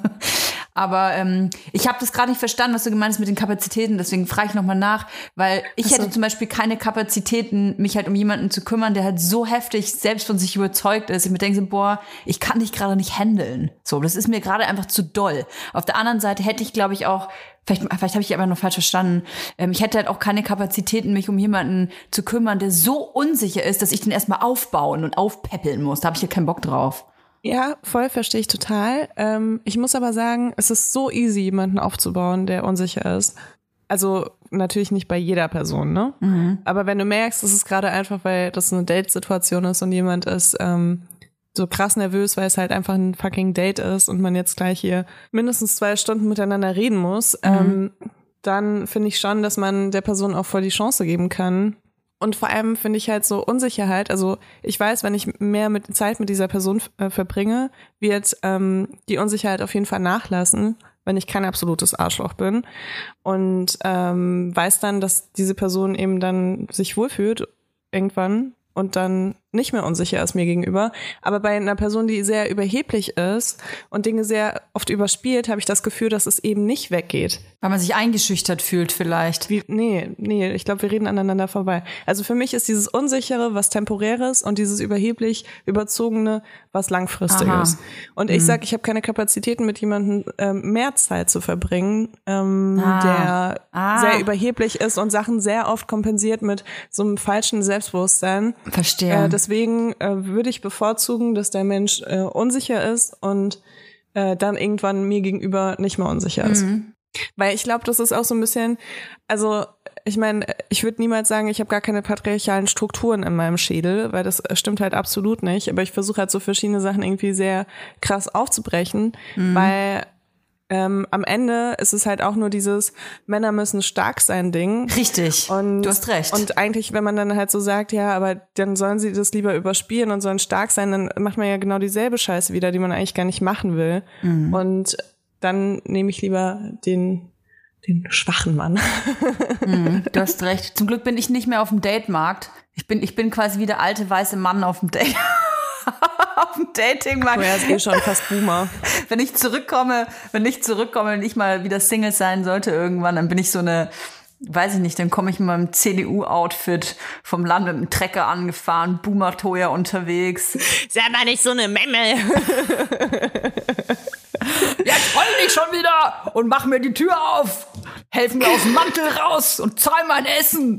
Aber ähm, ich habe das gerade nicht verstanden, was du gemeint hast mit den Kapazitäten. Deswegen frage ich nochmal nach, weil ich so. hätte zum Beispiel keine Kapazitäten, mich halt um jemanden zu kümmern, der halt so heftig selbst von sich überzeugt ist. Ich mir denke so, boah, ich kann dich gerade nicht handeln. So, das ist mir gerade einfach zu doll. Auf der anderen Seite hätte ich, glaube ich, auch, vielleicht, vielleicht habe ich aber noch falsch verstanden, ähm, ich hätte halt auch keine Kapazitäten, mich um jemanden zu kümmern, der so unsicher ist, dass ich den erstmal aufbauen und aufpäppeln muss. Da habe ich ja keinen Bock drauf. Ja, voll, verstehe ich total. Ähm, ich muss aber sagen, es ist so easy, jemanden aufzubauen, der unsicher ist. Also natürlich nicht bei jeder Person, ne? Mhm. Aber wenn du merkst, es ist gerade einfach, weil das eine Date-Situation ist und jemand ist ähm, so krass nervös, weil es halt einfach ein fucking Date ist und man jetzt gleich hier mindestens zwei Stunden miteinander reden muss, mhm. ähm, dann finde ich schon, dass man der Person auch voll die Chance geben kann. Und vor allem finde ich halt so Unsicherheit, also ich weiß, wenn ich mehr mit Zeit mit dieser Person äh, verbringe, wird ähm, die Unsicherheit auf jeden Fall nachlassen, wenn ich kein absolutes Arschloch bin und ähm, weiß dann, dass diese Person eben dann sich wohlfühlt irgendwann und dann nicht mehr unsicher ist mir gegenüber. Aber bei einer Person, die sehr überheblich ist und Dinge sehr oft überspielt, habe ich das Gefühl, dass es eben nicht weggeht. Weil man sich eingeschüchtert fühlt vielleicht. Wie, nee, nee, ich glaube, wir reden aneinander vorbei. Also für mich ist dieses Unsichere was Temporäres und dieses überheblich Überzogene was Langfristiges. Aha. Und ich mhm. sage, ich habe keine Kapazitäten, mit jemandem ähm, mehr Zeit zu verbringen, ähm, ah. der ah. sehr überheblich ist und Sachen sehr oft kompensiert mit so einem falschen Selbstbewusstsein. Verstehe. Äh, deswegen äh, würde ich bevorzugen, dass der Mensch äh, unsicher ist und äh, dann irgendwann mir gegenüber nicht mehr unsicher ist. Mhm. Weil ich glaube, das ist auch so ein bisschen, also ich meine, ich würde niemals sagen, ich habe gar keine patriarchalen Strukturen in meinem Schädel, weil das stimmt halt absolut nicht. Aber ich versuche halt so verschiedene Sachen irgendwie sehr krass aufzubrechen, mhm. weil ähm, am Ende ist es halt auch nur dieses Männer müssen stark sein Ding. Richtig, und, du hast recht. Und eigentlich, wenn man dann halt so sagt, ja, aber dann sollen sie das lieber überspielen und sollen stark sein, dann macht man ja genau dieselbe Scheiße wieder, die man eigentlich gar nicht machen will. Mhm. Und dann nehme ich lieber den den schwachen Mann. Mhm, du hast recht. Zum Glück bin ich nicht mehr auf dem Datemarkt. Ich bin, ich bin quasi wie der alte weiße Mann auf dem Date. auf dem Datingmarkt. Er ist eh schon fast Boomer. Wenn ich zurückkomme, wenn ich zurückkomme, wenn ich mal wieder Single sein sollte irgendwann, dann bin ich so eine, weiß ich nicht, dann komme ich in meinem C D U-Outfit vom Land mit einem Trecker angefahren, Boomer-Toya unterwegs. Sei mal nicht so eine Memme. Jetzt heul dich schon wieder und mach mir die Tür auf. Helf mir aus dem Mantel raus und zahl mein Essen.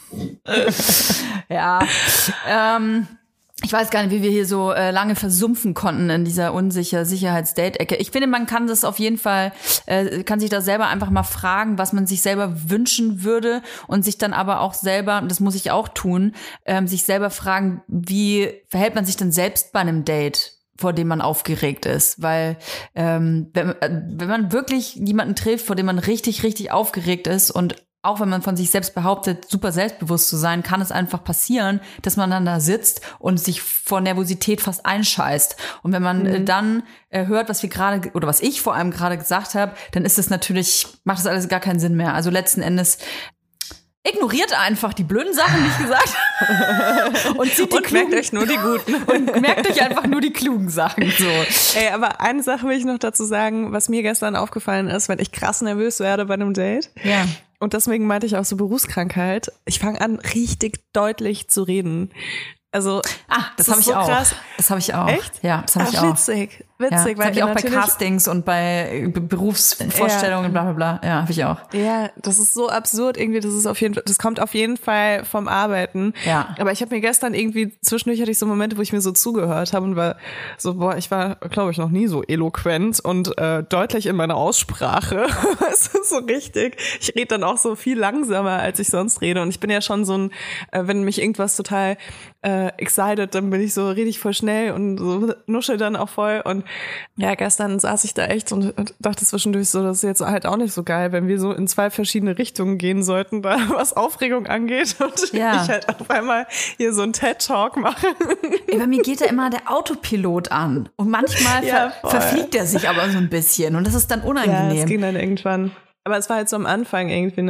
ja, ähm, ich weiß gar nicht, wie wir hier so äh, lange versumpfen konnten in dieser unsicher Sicherheits-Date-Ecke. Ich finde, man kann das auf jeden Fall, äh, kann sich da selber einfach mal fragen, was man sich selber wünschen würde und sich dann aber auch selber, das muss ich auch tun, ähm, sich selber fragen, wie verhält man sich denn selbst bei einem Date, vor dem man aufgeregt ist, weil ähm, wenn, wenn man wirklich jemanden trifft, vor dem man richtig, richtig aufgeregt ist und auch wenn man von sich selbst behauptet, super selbstbewusst zu sein, kann es einfach passieren, dass man dann da sitzt und sich vor Nervosität fast einscheißt. Und wenn man mhm. dann äh, hört, was wir gerade, oder was ich vor allem gerade gesagt habe, dann ist es natürlich, macht das alles gar keinen Sinn mehr. Also letzten Endes ignoriert einfach die blöden Sachen, die ich gesagt habe. Und, zieht die und klugen, merkt euch nur die guten. Und merkt euch einfach nur die klugen Sachen. So. Ey, aber eine Sache will ich noch dazu sagen, was mir gestern aufgefallen ist, wenn ich krass nervös werde bei einem Date. Ja. Und deswegen meinte ich auch so Berufskrankheit. Ich fange an, richtig deutlich zu reden. Also, ah, das, das habe ich so auch. Krass. Das habe ich auch. Echt? Ja, das habe ich Ach, auch. Witzig, witzig. Ja, das weil habe ich auch bei Castings und bei Berufsvorstellungen, ja. bla bla bla. Ja, habe ich auch. Ja, das ist so absurd irgendwie. Das ist auf jeden Fall, das kommt auf jeden Fall vom Arbeiten. Ja. Aber ich habe mir gestern irgendwie zwischendurch hatte ich so Momente, wo ich mir so zugehört habe und war so, boah, ich war, glaube ich, noch nie so eloquent und äh, deutlich in meiner Aussprache. Es ist so richtig. Ich rede dann auch so viel langsamer, als ich sonst rede. Und ich bin ja schon so ein, äh, wenn mich irgendwas total äh, excited, dann bin ich so, rede ich voll schnell und so nuschel dann auch voll. Und ja, gestern saß ich da echt und dachte zwischendurch so, das ist jetzt halt auch nicht so geil, wenn wir so in zwei verschiedene Richtungen gehen sollten, da was Aufregung angeht und ja. ich halt auf einmal hier so einen TED-Talk mache. Ey, bei mir geht da immer der Autopilot an und manchmal ja, ver- verfliegt er sich aber so ein bisschen und das ist dann unangenehm. Ja, es ging dann irgendwann. Aber es war halt so am Anfang irgendwie, ne?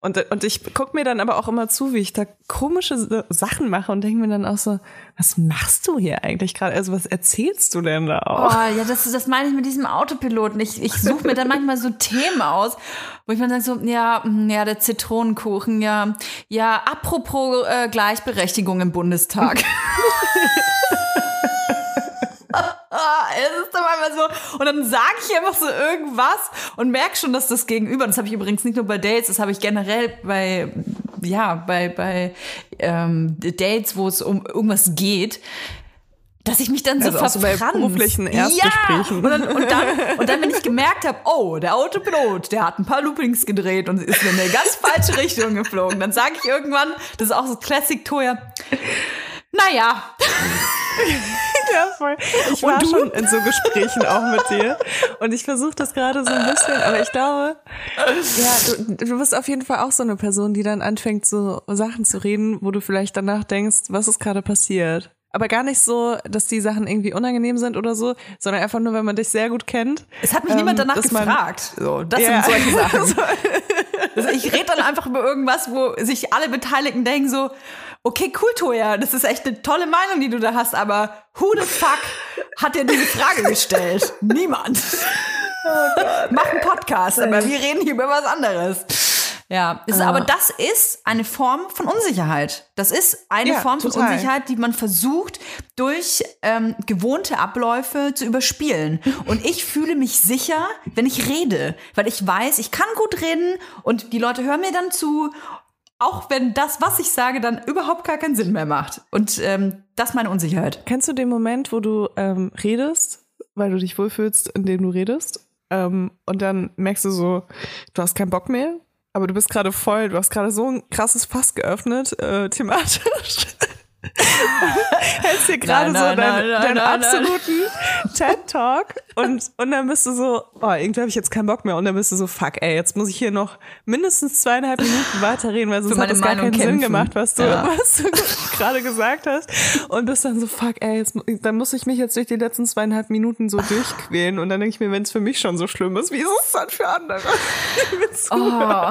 Und, und ich gucke mir dann aber auch immer zu, wie ich da komische Sachen mache und denke mir dann auch so, was machst du hier eigentlich gerade? Also was erzählst du denn da auch? Oh, ja, das, das meine ich mit diesem Autopiloten. Ich, ich suche mir dann manchmal so Themen aus, wo ich mir dann so, ja, ja, der Zitronenkuchen, ja, ja, apropos äh, Gleichberechtigung im Bundestag. Es ist doch manchmal so. Und dann sage ich einfach so irgendwas und merke schon, dass das Gegenüber, das habe ich übrigens nicht nur bei Dates, das habe ich generell bei, ja, bei, bei ähm, Dates, wo es um irgendwas geht, dass ich mich dann so also verfranz. Bei beruflichen Erstgesprächen. Ja! Und, dann, und, dann, und dann, wenn ich gemerkt habe, oh, der Autopilot, der hat ein paar Loopings gedreht und ist in eine ganz falsche Richtung geflogen, dann sage ich irgendwann, das ist auch so Classic Toya, naja. Ja, voll. Ich war Und du? schon in so Gesprächen auch mit dir. Und ich versuche das gerade so ein bisschen, aber ich glaube, ja, du, du bist auf jeden Fall auch so eine Person, die dann anfängt, so Sachen zu reden, wo du vielleicht danach denkst, was ist gerade passiert. Aber gar nicht so, dass die Sachen irgendwie unangenehm sind oder so, sondern einfach nur, wenn man dich sehr gut kennt. Es hat mich ähm, niemand danach gefragt. So, das ja. sind solche Sachen. Also ich rede dann einfach über irgendwas, wo sich alle Beteiligten denken so, okay, cool, Toya, das ist echt eine tolle Meinung, die du da hast, aber who the fuck hat dir diese Frage gestellt? Niemand. Oh Gott. Mach einen Podcast, aber wir reden hier über was anderes. Ja, ist, ah. aber das ist eine Form von Unsicherheit. Das ist eine ja, Form von total. Unsicherheit, die man versucht, durch ähm, gewohnte Abläufe zu überspielen. Und ich fühle mich sicher, wenn ich rede, weil ich weiß, ich kann gut reden und die Leute hören mir dann zu, auch wenn das, was ich sage, dann überhaupt gar keinen Sinn mehr macht. Und ähm, das ist meine Unsicherheit. Kennst du den Moment, wo du ähm, redest, weil du dich wohlfühlst, indem du redest? Ähm, und dann merkst du so, du hast keinen Bock mehr? Aber du bist gerade voll, du hast gerade so ein krasses Fass geöffnet, äh, thematisch. Hältst dir gerade so deinen dein absoluten TED-Talk und, und dann bist du so, oh, irgendwie habe ich jetzt keinen Bock mehr. Und dann bist du so, fuck, ey, jetzt muss ich hier noch mindestens zweieinhalb Minuten weiterreden, weil sonst hat das gar keinen kämpfen. Sinn gemacht, was du, ja. was du gerade gesagt hast. Und bist dann so, fuck, ey, jetzt, dann muss ich mich jetzt durch die letzten zweieinhalb Minuten so durchquälen. Und dann denke ich mir, wenn es für mich schon so schlimm ist, wie ist es dann für andere? Oh.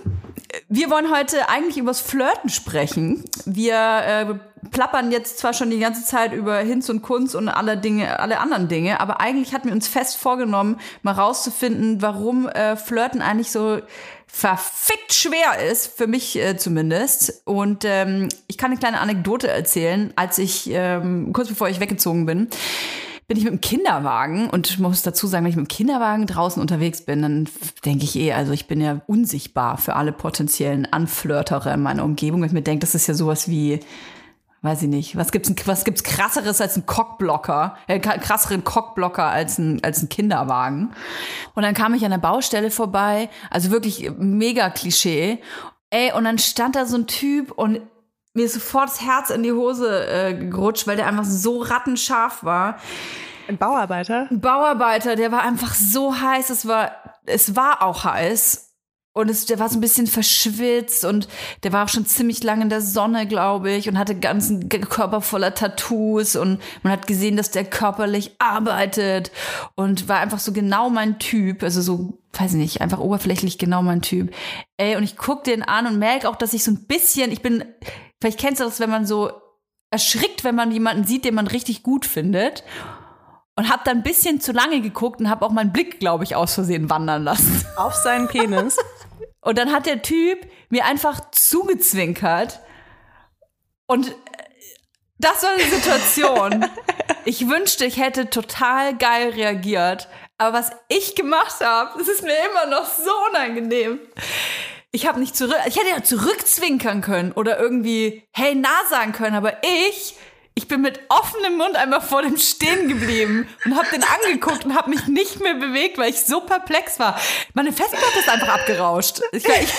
Wir wollen heute eigentlich übers Flirten sprechen. Wir äh, plappern jetzt zwar schon die ganze Zeit über Hinz und Kunz und alle Dinge, alle anderen Dinge, aber eigentlich hatten wir uns fest vorgenommen, mal rauszufinden, warum äh, Flirten eigentlich so verfickt schwer ist, für mich äh, zumindest. Und ähm, ich kann eine kleine Anekdote erzählen, als ich, ähm, kurz bevor ich weggezogen bin, bin ich mit dem Kinderwagen und ich muss dazu sagen, wenn ich mit dem Kinderwagen draußen unterwegs bin, dann denke ich eh, also ich bin ja unsichtbar für alle potenziellen Anflirterer in meiner Umgebung. Ich mir denke, das ist ja sowas wie, weiß ich nicht, was gibt's, was gibt's krasseres als ein Cockblocker, äh, krasseren Cockblocker als ein, als ein Kinderwagen. Und dann kam ich an der Baustelle vorbei, also wirklich mega Klischee. Ey, und dann stand da so ein Typ und mir ist sofort das Herz in die Hose äh, gerutscht, weil der einfach so rattenscharf war. Ein Bauarbeiter? Ein Bauarbeiter, der war einfach so heiß. Es war, es war auch heiß. Und es, der war so ein bisschen verschwitzt und der war auch schon ziemlich lange in der Sonne, glaube ich, und hatte ganzen Körper voller Tattoos und man hat gesehen, dass der körperlich arbeitet und war einfach so genau mein Typ, also so, weiß ich nicht, einfach oberflächlich genau mein Typ. Ey, und ich guck den an und merke auch, dass ich so ein bisschen, ich bin, vielleicht kennst du das, wenn man so erschrickt, wenn man jemanden sieht, den man richtig gut findet. Und hab dann ein bisschen zu lange geguckt und hab auch meinen Blick, glaube ich, aus Versehen wandern lassen. Auf seinen Penis. Und dann hat der Typ mir einfach zugezwinkert. Und das war die Situation. Ich wünschte, ich hätte total geil reagiert. Aber was ich gemacht habe, das ist mir immer noch so unangenehm. Ich habe nicht zurück, ich hätte ja zurückzwinkern können oder irgendwie hey, nah sagen können, aber ich... Ich bin mit offenem Mund einfach vor dem stehen geblieben und habe den angeguckt und habe mich nicht mehr bewegt, weil ich so perplex war. Meine Festplatte ist einfach abgerauscht. Ich, ich,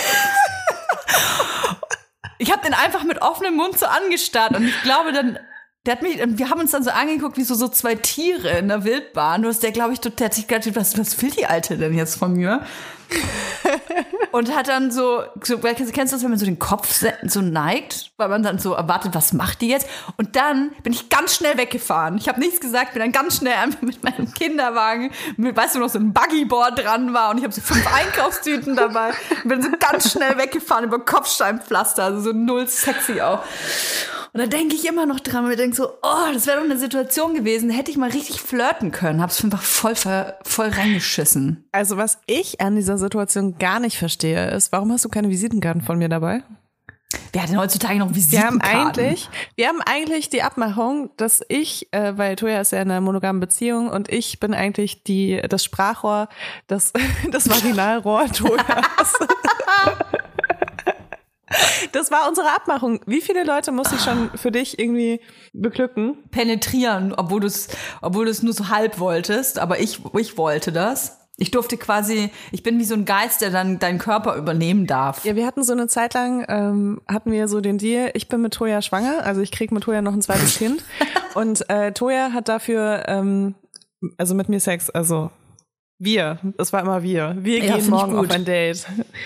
ich habe den einfach mit offenem Mund so angestarrt und ich glaube dann, der hat mich, wir haben uns dann so angeguckt wie so, so zwei Tiere in der Wildbahn. Du hast der, glaube ich, der hat sich gedacht, was, was will die Alte denn jetzt von mir? und hat dann so, so, kennst du das, wenn man so den Kopf so neigt, weil man dann so erwartet, was macht die jetzt? Und dann bin ich ganz schnell weggefahren. Ich habe nichts gesagt, bin dann ganz schnell mit meinem Kinderwagen, mit, weißt du, noch so ein Buggyboard dran war und ich habe so fünf Einkaufstüten dabei und bin so ganz schnell weggefahren über Kopfsteinpflaster, also so null sexy auch. Und da denke ich immer noch dran und denke so, oh, das wäre doch eine Situation gewesen, hätte ich mal richtig flirten können. Hab's einfach voll, voll reingeschissen. Also was ich an dieser Situation gar nicht verstehe, ist, warum hast du keine Visitenkarten von mir dabei? Wer hat denn heutzutage noch Visitenkarten? Wir haben eigentlich, wir haben eigentlich die Abmachung, dass ich, äh, weil Toja ist ja in einer monogamen Beziehung und ich bin eigentlich die, das Sprachrohr, das, das Vaginalrohr Tojas. Das war unsere Abmachung. Wie viele Leute muss ich schon für dich irgendwie beglücken? Penetrieren, obwohl du es obwohl du es nur so halb wolltest, aber ich, ich wollte das. Ich durfte quasi, ich bin wie so ein Geist, der dann deinen Körper übernehmen darf. Ja, wir hatten so eine Zeit lang, ähm, hatten wir so den Deal, ich bin mit Toja schwanger, also ich krieg mit Toja noch ein zweites Kind. Und äh, Toja hat dafür, ähm, also mit mir Sex, also wir, es war immer wir. Wir Ja, gehen find ich morgen gut. auf ein Date.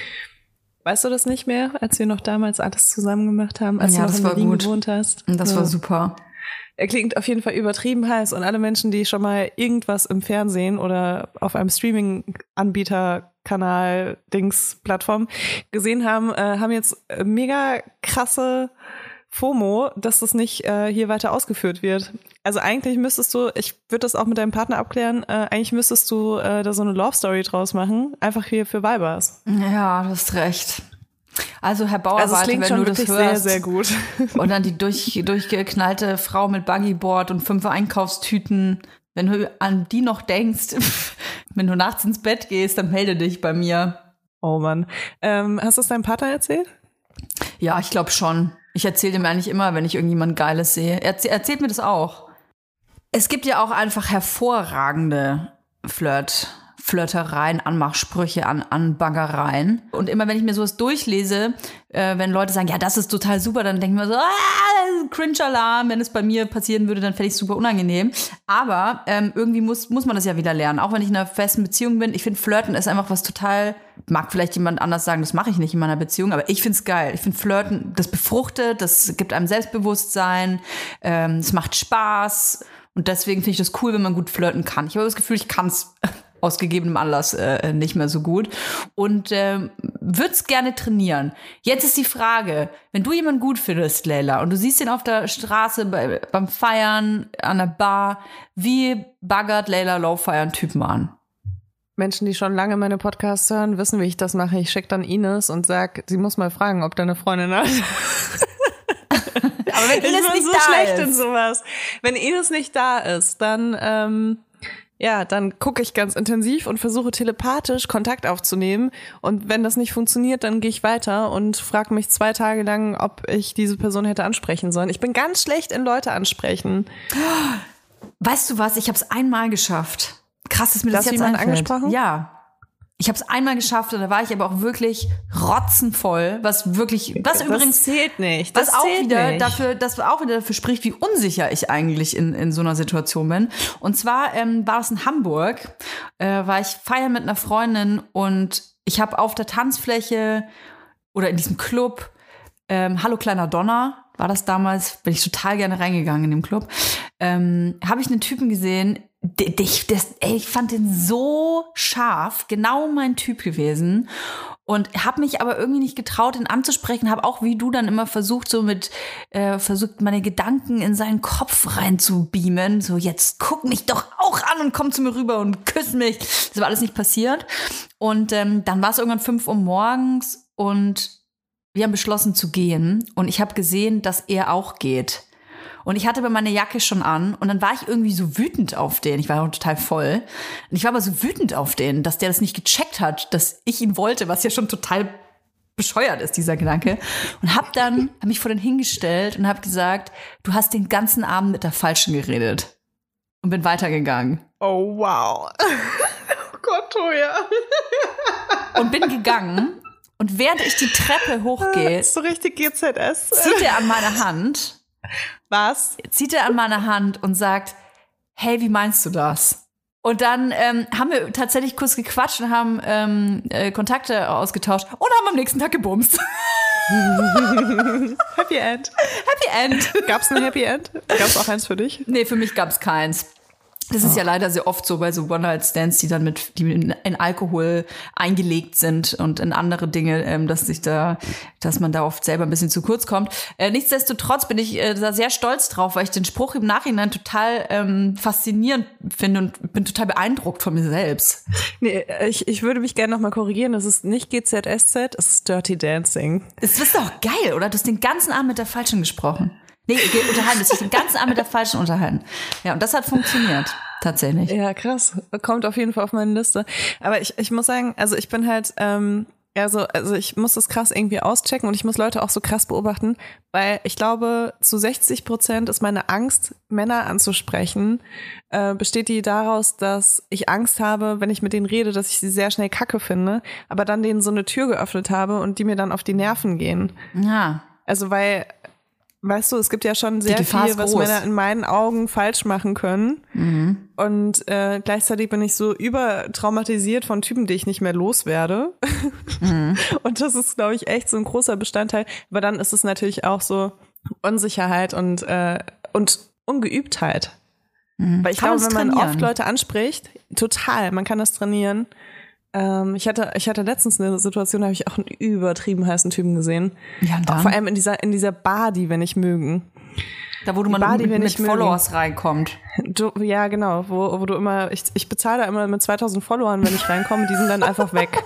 Weißt du das nicht mehr, als wir noch damals alles zusammen gemacht haben, als Ja, du noch das in war Berlin gut. gewohnt hast? Das Ja. war super. Er klingt auf jeden Fall übertrieben heiß und alle Menschen, die schon mal irgendwas im Fernsehen oder auf einem Streaming-Anbieter, Kanal, Dings, Plattform gesehen haben, äh, haben jetzt äh, mega krasse FOMO, dass das nicht äh, hier weiter ausgeführt wird. Also eigentlich müsstest du, ich würde das auch mit deinem Partner abklären, äh, eigentlich müsstest du äh, da so eine Love-Story draus machen, einfach hier für Vibers. Ja, du hast recht. Also Herr Also es Bauerwarte, klingt wenn schon du das wirklich hörst sehr, sehr gut. und dann die durch, durchgeknallte Frau mit Buggyboard und fünf Einkaufstüten, wenn du an die noch denkst, wenn du nachts ins Bett gehst, dann melde dich bei mir. Oh Mann. Ähm, hast du es deinem Partner erzählt? Ja, ich glaube schon. Ich erzähle dem eigentlich immer, wenn ich irgendjemand Geiles sehe. Er erzäh- erzählt mir das auch. Es gibt ja auch einfach hervorragende Flirt, Flirtereien, Anmachsprüche, an, Anbaggereien. Und immer, wenn ich mir sowas durchlese, äh, wenn Leute sagen, ja, das ist total super, dann denke ich mir so, ah, Cringe-Alarm, wenn es bei mir passieren würde, dann fände ich es super unangenehm. Aber ähm, irgendwie muss, muss man das ja wieder lernen. Auch wenn ich in einer festen Beziehung bin. Ich finde, Flirten ist einfach was total, mag vielleicht jemand anders sagen, das mache ich nicht in meiner Beziehung, aber ich finde es geil. Ich finde Flirten, das befruchtet, das gibt einem Selbstbewusstsein, ähm, es macht Spaß. Und deswegen finde ich das cool, wenn man gut flirten kann. Ich habe das Gefühl, ich kann es aus gegebenem Anlass äh, nicht mehr so gut und ähm, würde es gerne trainieren. Jetzt ist die Frage, wenn du jemanden gut findest, Leila, und du siehst ihn auf der Straße bei, beim Feiern, an der Bar, wie baggert Leila Lowfire einen Typen an? Menschen, die schon lange meine Podcasts hören, wissen, wie ich das mache. Ich schicke dann Ines und sag, sie muss mal fragen, ob deine Freundin hat. Aber wenn Ich Ines bin nicht so da schlecht ist. in sowas. Wenn Ines nicht da ist, dann ähm, ja, dann gucke ich ganz intensiv und versuche telepathisch Kontakt aufzunehmen. Und wenn das nicht funktioniert, dann gehe ich weiter und frage mich zwei Tage lang, ob ich diese Person hätte ansprechen sollen. Ich bin ganz schlecht in Leute ansprechen. Weißt du was? Ich habe es einmal geschafft. Krass, dass mir das Hast du jetzt jemanden einfällt. angesprochen? Ja. Ich habe es einmal geschafft und da war ich aber auch wirklich rotzenvoll, was wirklich, was Das übrigens zählt nicht. Was Das auch zählt wieder nicht. dafür, das auch wieder dafür spricht, wie unsicher ich eigentlich in, in so einer Situation bin. Und zwar ähm, war es in Hamburg, äh, war ich feiern mit einer Freundin und ich habe auf der Tanzfläche oder in diesem Club, ähm, Hallo kleiner Donner, war das damals, bin ich total gerne reingegangen in dem Club, ähm, habe ich einen Typen gesehen, d- d- ich, das, ey, ich fand den so scharf, genau mein Typ gewesen. Und habe mich aber irgendwie nicht getraut, ihn anzusprechen. Habe auch wie du dann immer versucht, so mit, äh, versucht, meine Gedanken in seinen Kopf reinzubeamen. So, jetzt guck mich doch auch an und komm zu mir rüber und küss mich. Das war alles nicht passiert. Und ähm, dann war es irgendwann fünf Uhr morgens und wir haben beschlossen zu gehen. Und ich habe gesehen, dass er auch geht. Und ich hatte aber meine Jacke schon an und dann war ich irgendwie so wütend auf den. Ich war auch total voll. Und ich war aber so wütend auf den, dass der das nicht gecheckt hat, dass ich ihn wollte, was ja schon total bescheuert ist, dieser Gedanke. Und hab dann, hab mich vor den hingestellt und hab gesagt, du hast den ganzen Abend mit der Falschen geredet. Und bin weitergegangen. Oh, wow. Oh Gott, Toja. Und bin gegangen. Und während ich die Treppe hochgehe, So richtig G Z S. zieht er an meine Hand. Was? zieht er an meine Hand und sagt, hey, wie meinst du das? Und dann ähm, haben wir tatsächlich kurz gequatscht und haben ähm, äh, Kontakte ausgetauscht und haben am nächsten Tag gebumst. Happy End. Happy End. Gab's ein Happy End? Gab's auch eins für dich? Nee, für mich gab's keins. Das ist ja leider sehr oft so bei so One-Night-Stands, die dann mit, die in, in Alkohol eingelegt sind und in andere Dinge, ähm, dass sich da, dass man da oft selber ein bisschen zu kurz kommt. Äh, nichtsdestotrotz bin ich äh, da sehr stolz drauf, weil ich den Spruch im Nachhinein total ähm, faszinierend finde und bin total beeindruckt von mir selbst. Nee, ich, ich würde mich gerne nochmal korrigieren. Das ist nicht G Z S Z, es ist Dirty Dancing. Das ist doch geil, oder? Du hast den ganzen Abend mit der Falschen gesprochen. Nee, unterhalten, das ist den ganzen Abend mit der Falschen unterhalten. Ja, und das hat funktioniert, tatsächlich. Ja, krass. Kommt auf jeden Fall auf meine Liste. Aber ich, ich muss sagen, also ich bin halt, ähm, ja, so, also ich muss das krass irgendwie auschecken und ich muss Leute auch so krass beobachten, weil ich glaube, zu sechzig Prozent ist meine Angst, Männer anzusprechen, äh, besteht die daraus, dass ich Angst habe, wenn ich mit denen rede, dass ich sie sehr schnell kacke finde, aber dann denen so eine Tür geöffnet habe und die mir dann auf die Nerven gehen. Ja. Also weil, weißt du, es gibt ja schon sehr viel, was Männer in meinen Augen falsch machen können. Mhm. Und äh, gleichzeitig bin ich so übertraumatisiert von Typen, die ich nicht mehr loswerde. Mhm. Und das ist, glaube ich, echt so ein großer Bestandteil. Aber dann ist es natürlich auch so Unsicherheit und, äh, und Ungeübtheit. Mhm. Weil ich kann glaube, wenn man trainieren. oft Leute anspricht, total, man kann das trainieren. Ich hatte, ich hatte letztens eine Situation, da habe ich auch einen übertrieben heißen Typen gesehen. Ja, und dann? Auch vor allem in dieser, in dieser Bar, die wir nicht mögen. Da, wo du mal Bar, mit, mit mit Followers reinkommt. Du, ja, genau. Wo, wo du immer, ich, ich bezahle da immer mit zweitausend Followern, wenn ich reinkomme, die sind dann einfach weg.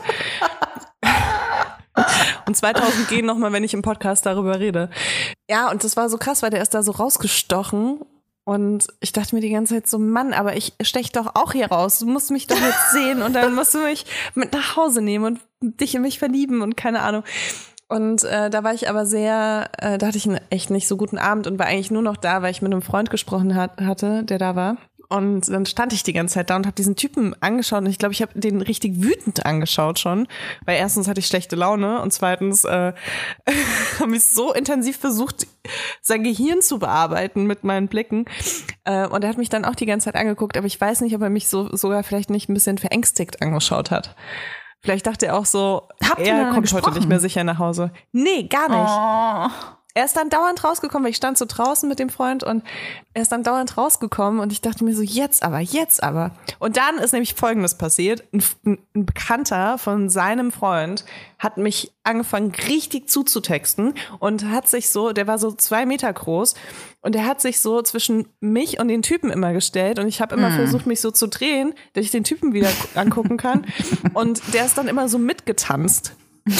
Und zweitausend gehen nochmal, wenn ich im Podcast darüber rede. Ja, und das war so krass, weil der ist da so rausgestochen. Und ich dachte mir die ganze Zeit so, Mann, aber ich stech doch auch hier raus. Du musst mich doch jetzt sehen und dann musst du mich mit nach Hause nehmen und dich in mich verlieben und keine Ahnung. Und äh, da war ich aber sehr, äh, da hatte ich einen echt nicht so guten Abend und war eigentlich nur noch da, weil ich mit einem Freund gesprochen hat, hatte, der da war. Und dann stand ich die ganze Zeit da und habe diesen Typen angeschaut und ich glaube, ich habe den richtig wütend angeschaut schon, weil erstens hatte ich schlechte Laune und zweitens äh, habe ich so intensiv versucht, sein Gehirn zu bearbeiten mit meinen Blicken. Äh, und er hat mich dann auch die ganze Zeit angeguckt, aber ich weiß nicht, ob er mich so sogar vielleicht nicht ein bisschen verängstigt angeschaut hat. Vielleicht dachte er auch so, Habt ihr er miteinander kommt heute gesprochen? nicht mehr sicher nach Hause. Nee, gar nicht. Oh. Er ist dann dauernd rausgekommen, weil ich stand so draußen mit dem Freund und er ist dann dauernd rausgekommen und ich dachte mir so, jetzt aber, jetzt aber. Und dann ist nämlich Folgendes passiert. Ein, ein Bekannter von seinem Freund hat mich angefangen, richtig zuzutexten und hat sich so, der war so zwei Meter groß und der hat sich so zwischen mich und den Typen immer gestellt und ich habe immer mm. versucht, mich so zu drehen, dass ich den Typen wieder angucken kann und der ist dann immer so mitgetanzt.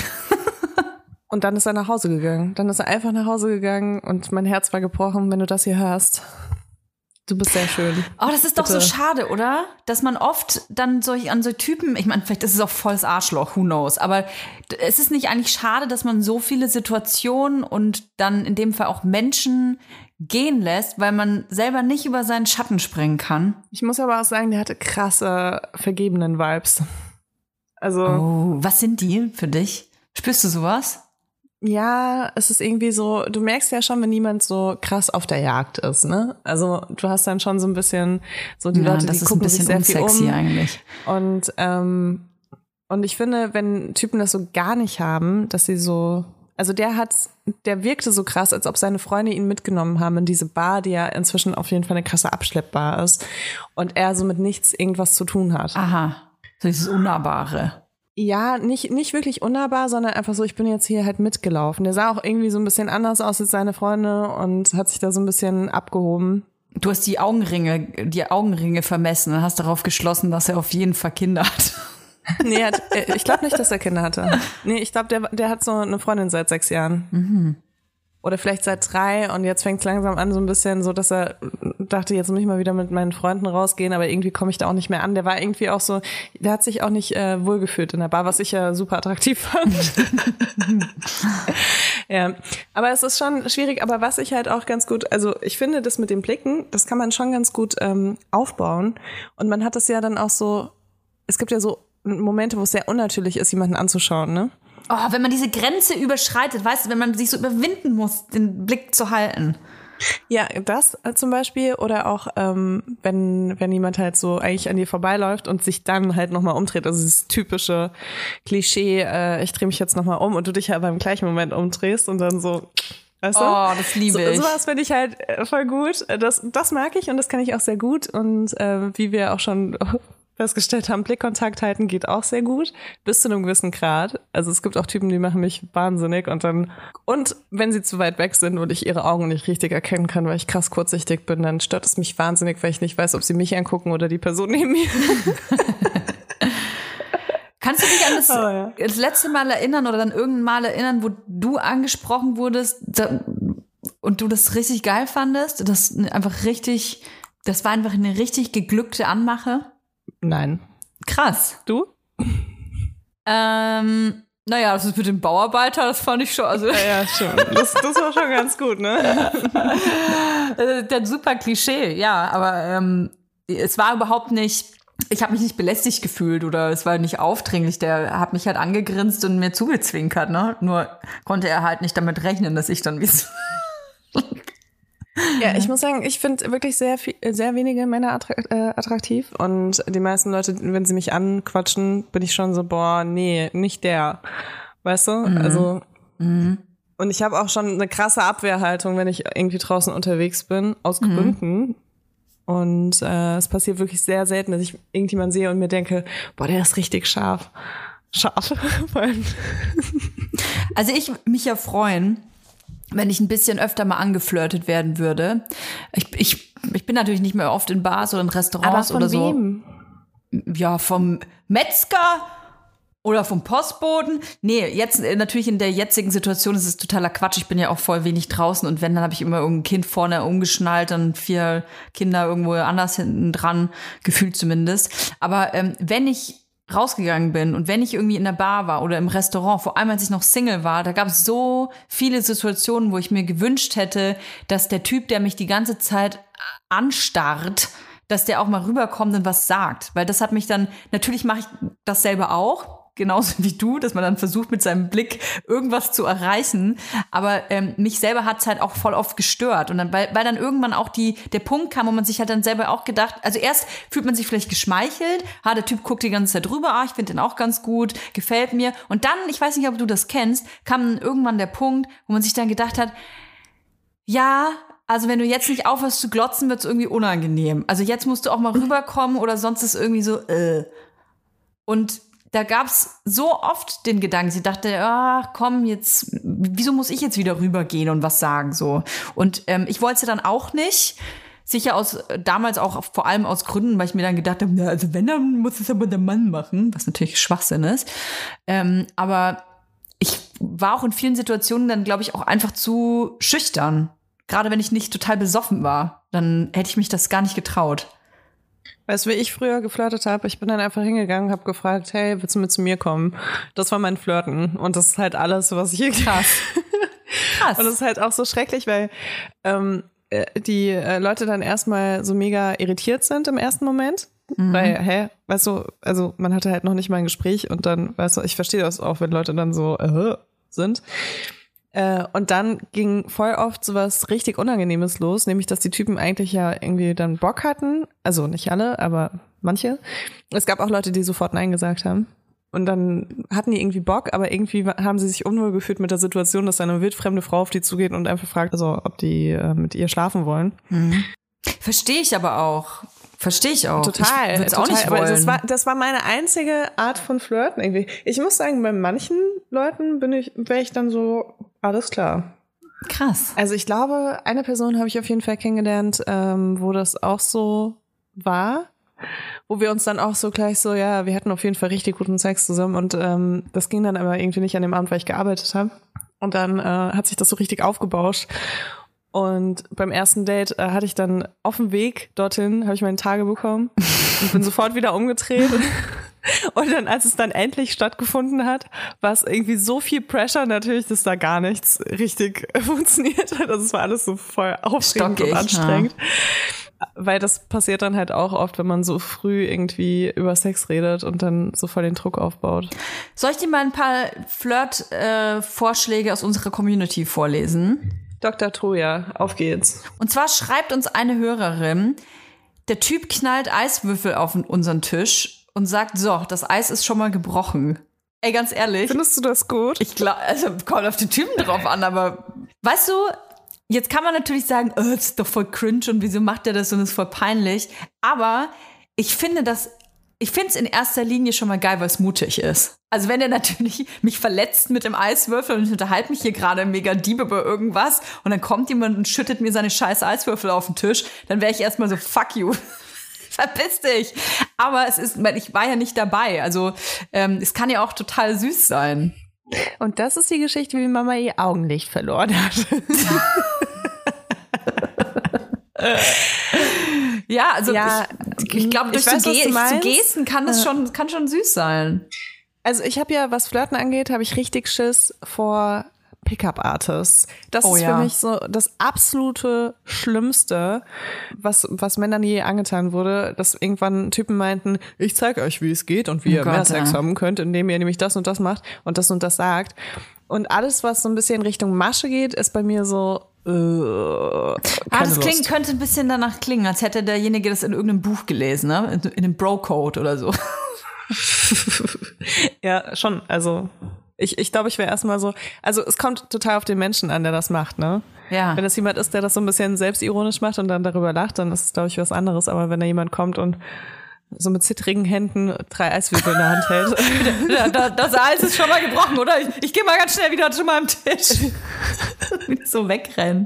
Und dann ist er nach Hause gegangen. Dann ist er einfach nach Hause gegangen und mein Herz war gebrochen, wenn du das hier hörst. Du bist sehr schön. Oh, das ist doch Bitte. so schade, oder? Dass man oft dann solch, an so Typen, ich meine, vielleicht ist es auch volles Arschloch, who knows, aber es ist nicht eigentlich schade, dass man so viele Situationen und dann in dem Fall auch Menschen gehen lässt, weil man selber nicht über seinen Schatten springen kann. Ich muss aber auch sagen, der hatte krasse vergebenen Vibes. Also. Oh, was sind die für dich? Spürst du sowas? Ja, es ist irgendwie so, du merkst ja schon, wenn jemand so krass auf der Jagd ist, ne? Also du hast dann schon so ein bisschen so die ja, Leute, das die ist gucken ein bisschen sich sehr viel unsexy um. eigentlich. Und ähm, und ich finde, wenn Typen das so gar nicht haben, dass sie so, also der hat, der wirkte so krass, als ob seine Freunde ihn mitgenommen haben in diese Bar, die ja inzwischen auf jeden Fall eine krasse Abschleppbar ist und er so mit nichts irgendwas zu tun hat. Aha, so dieses Unnahbare. Ja, nicht, nicht wirklich unnahbar, sondern einfach so, ich bin jetzt hier halt mitgelaufen. Der sah auch irgendwie so ein bisschen anders aus als seine Freunde und hat sich da so ein bisschen abgehoben. Du hast die Augenringe, die Augenringe vermessen und hast darauf geschlossen, dass er auf jeden Fall Kinder hat. Nee, hat, ich glaube nicht, dass er Kinder hatte. Nee, ich glaube, der, der hat so eine Freundin seit sechs Jahren. Mhm. Oder vielleicht seit drei und jetzt fängt es langsam an so ein bisschen so, dass er dachte, jetzt muss ich mal wieder mit meinen Freunden rausgehen, aber irgendwie komme ich da auch nicht mehr an. Der war irgendwie auch so, der hat sich auch nicht äh, wohlgefühlt in der Bar, was ich ja super attraktiv fand. Ja, aber es ist schon schwierig, aber was ich halt auch ganz gut, also ich finde das mit den Blicken, das kann man schon ganz gut ähm, aufbauen und man hat das ja dann auch so, es gibt ja so Momente, wo es sehr unnatürlich ist, jemanden anzuschauen, ne? Oh, wenn man diese Grenze überschreitet, weißt du, wenn man sich so überwinden muss, den Blick zu halten. Ja, das äh, zum Beispiel oder auch, ähm, wenn wenn jemand halt so eigentlich an dir vorbeiläuft und sich dann halt nochmal umdreht. Also dieses typische Klischee, äh, ich drehe mich jetzt nochmal um und du dich halt beim gleichen Moment umdrehst und dann so, weißt du? Oh, das liebe ich. So, sowas finde ich halt äh, voll gut. Das, das mag ich und das kann ich auch sehr gut. Und äh, wie wir auch schon festgestellt haben, Blickkontakt halten geht auch sehr gut, bis zu einem gewissen Grad. Also es gibt auch Typen, die machen mich wahnsinnig und dann, und wenn sie zu weit weg sind und ich ihre Augen nicht richtig erkennen kann, weil ich krass kurzsichtig bin, dann stört es mich wahnsinnig, weil ich nicht weiß, ob sie mich angucken oder die Person neben mir. Kannst du dich an das, oh, ja. das letzte Mal erinnern oder dann irgendein Mal erinnern, wo du angesprochen wurdest und du das richtig geil fandest? Das einfach richtig, das war einfach eine richtig geglückte Anmache? Nein. Krass. Du? Ähm, naja, das ist mit dem Bauarbeiter, das fand ich schon. Also ja, ja, schon. Das, das war schon ganz gut, ne? Der super Klischee, ja, aber ähm, es war überhaupt nicht, ich habe mich nicht belästigt gefühlt oder es war nicht aufdringlich. Der hat mich halt angegrinst und mir zugezwinkert, ne? Nur konnte er halt nicht damit rechnen, dass ich dann wie so Ja, ich muss sagen, ich finde wirklich sehr viel, sehr wenige Männer attraktiv und die meisten Leute, wenn sie mich anquatschen, bin ich schon so, boah, nee, nicht der, weißt du? Mhm. Also mhm. Und ich habe auch schon eine krasse Abwehrhaltung, wenn ich irgendwie draußen unterwegs bin, aus Gründen. Mhm. Und äh, es passiert wirklich sehr selten, dass ich irgendjemanden sehe und mir denke, boah, der ist richtig scharf. Scharf. Also ich mich ja freuen, wenn ich ein bisschen öfter mal angeflirtet werden würde. Ich, ich, ich bin natürlich nicht mehr oft in Bars oder in Restaurants oder so. Wem? Ja, vom Metzger oder vom Postboten. Nee, jetzt natürlich in der jetzigen Situation ist es totaler Quatsch. Ich bin ja auch voll wenig draußen und wenn, dann habe ich immer irgendein Kind vorne umgeschnallt, dann vier Kinder irgendwo anders hinten dran, gefühlt zumindest. Aber ähm, wenn ich rausgegangen bin und wenn ich irgendwie in der Bar war oder im Restaurant, vor allem als ich noch Single war, da gab es so viele Situationen, wo ich mir gewünscht hätte, dass der Typ, der mich die ganze Zeit anstarrt, dass der auch mal rüberkommt und was sagt. Weil das hat mich dann, natürlich mache ich das selber auch, genauso wie du, dass man dann versucht, mit seinem Blick irgendwas zu erreichen. Aber ähm, mich selber hat's halt auch voll oft gestört. Und dann, weil, weil dann irgendwann auch die der Punkt kam, wo man sich halt dann selber auch gedacht, also erst fühlt man sich vielleicht geschmeichelt, ha, der Typ guckt die ganze Zeit rüber, ah, ich finde den auch ganz gut, gefällt mir. Und dann, ich weiß nicht, ob du das kennst, kam dann irgendwann der Punkt, wo man sich dann gedacht hat, ja, also wenn du jetzt nicht aufhörst zu glotzen, wird's irgendwie unangenehm. Also jetzt musst du auch mal rüberkommen oder sonst ist irgendwie so, äh. Und da gab's so oft den Gedanken, sie dachte, ach komm, jetzt, wieso muss ich jetzt wieder rübergehen und was sagen so? Und ähm, ich wollte es dann auch nicht, sicher aus, damals auch vor allem aus Gründen, weil ich mir dann gedacht habe, na, also wenn, dann muss es aber der Mann machen, was natürlich Schwachsinn ist. Ähm, aber ich war auch in vielen Situationen dann, glaube ich, auch einfach zu schüchtern. Gerade wenn ich nicht total besoffen war, dann hätte ich mich das gar nicht getraut. Weißt du, wie ich früher geflirtet habe? Ich bin dann einfach hingegangen, habe gefragt, hey, willst du mit zu mir kommen? Das war mein Flirten und das ist halt alles, was ich irgendwie... Krass. Krass. Und das ist halt auch so schrecklich, weil ähm, die äh, Leute dann erstmal so mega irritiert sind im ersten Moment. Mhm. Weil, hä, weißt du, also man hatte halt noch nicht mal ein Gespräch und dann, weißt du, ich verstehe das auch, wenn Leute dann so äh, sind. Äh, und dann ging voll oft sowas richtig Unangenehmes los, nämlich, dass die Typen eigentlich ja irgendwie dann Bock hatten. Also nicht alle, aber manche. Es gab auch Leute, die sofort Nein gesagt haben. Und dann hatten die irgendwie Bock, aber irgendwie haben sie sich unwohl gefühlt mit der Situation, dass eine wildfremde Frau auf die zugeht und einfach fragt, also ob die äh, mit ihr schlafen wollen. Mhm. Verstehe ich aber auch. Verstehe ich auch. Total. Ich würde es auch nicht wollen. Aber das war, das war meine einzige Art von Flirten irgendwie. Ich muss sagen, bei manchen Leuten bin ich, wäre ich dann so, alles klar. Krass. Also ich glaube, eine Person habe ich auf jeden Fall kennengelernt, ähm, wo das auch so war, wo wir uns dann auch so gleich so, ja, wir hatten auf jeden Fall richtig guten Sex zusammen und ähm, das ging dann aber irgendwie nicht an dem Abend, weil ich gearbeitet habe. Und dann äh, hat sich das so richtig aufgebauscht. Und beim ersten Date äh, hatte ich dann auf dem Weg dorthin, habe ich meine Tage bekommen und bin sofort wieder umgedreht. Und dann, als es dann endlich stattgefunden hat, war es irgendwie so viel Pressure natürlich, dass da gar nichts richtig funktioniert hat. Also es war alles so voll aufregend Stockig, und anstrengend. Ja. Weil das passiert dann halt auch oft, wenn man so früh irgendwie über Sex redet und dann so voll den Druck aufbaut. Soll ich dir mal ein paar Flirt-Vorschläge äh, aus unserer Community vorlesen? Doktor Troja, auf geht's. Und zwar schreibt uns eine Hörerin, der Typ knallt Eiswürfel auf unseren Tisch und sagt, so, das Eis ist schon mal gebrochen. Ey, ganz ehrlich. Findest du das gut? Ich glaube, also kommt auf den Typen drauf an, aber weißt du, jetzt kann man natürlich sagen, oh, das ist doch voll cringe und wieso macht er das und das ist voll peinlich. Aber ich finde das, ich finde es in erster Linie schon mal geil, weil es mutig ist. Also wenn er natürlich mich verletzt mit dem Eiswürfel und ich unterhalte mich hier gerade mega deep über irgendwas und dann kommt jemand und schüttet mir seine scheiß Eiswürfel auf den Tisch, dann wäre ich erstmal so, fuck you. Verpiss dich. Aber es ist, ich war ja nicht dabei. Also ähm, es kann ja auch total süß sein. Und das ist die Geschichte, wie Mama ihr Augenlicht verloren hat. Ja, also ja, ich, ich glaube, durch ich weiß, so, Ge- was du so Gesten kann es schon, kann schon süß sein. Also ich habe ja, was Flirten angeht, habe ich richtig Schiss vor Pickup-Artists. Das Oh ist ja. für mich so das absolute Schlimmste, was, was Männern je angetan wurde, dass irgendwann Typen meinten, ich zeige euch, wie es geht und wie Oh ihr Gott, mehr Sex ja. haben könnt, indem ihr nämlich das und das macht und das und das sagt. Und alles, was so ein bisschen Richtung Masche geht, ist bei mir so, äh, Ah, keine das klingt, Lust. könnte ein bisschen danach klingen, als hätte derjenige das in irgendeinem Buch gelesen, ne? In, in einem Bro-Code oder so. Ja, schon. Also ich, ich glaube, ich wäre erstmal so, also es kommt total auf den Menschen an, der das macht, ne? Ja. Wenn es jemand ist, der das so ein bisschen selbstironisch macht und dann darüber lacht, dann ist es, glaube ich, was anderes. Aber wenn da jemand kommt und so mit zittrigen Händen drei Eiswürfel in der Hand hält. Ja, da, das Eis ist schon mal gebrochen, oder? Ich, ich gehe mal ganz schnell wieder zu meinem Tisch. So wegrennen.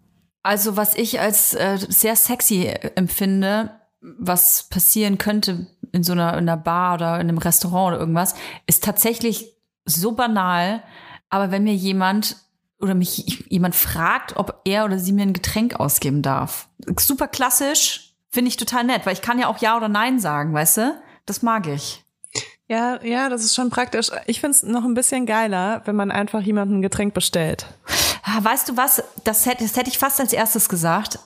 Also was ich als äh, sehr sexy empfinde, was passieren könnte in so einer, in einer Bar oder in einem Restaurant oder irgendwas, ist tatsächlich so banal. Aber wenn mir jemand oder mich jemand fragt, ob er oder sie mir ein Getränk ausgeben darf. Super klassisch. Finde ich total nett, weil ich kann ja auch Ja oder Nein sagen, weißt du? Das mag ich. Ja, ja, das ist schon praktisch. Ich find's noch ein bisschen geiler, wenn man einfach jemandem ein Getränk bestellt. Ah, weißt du was? Das hätte, das hätte ich fast als erstes gesagt.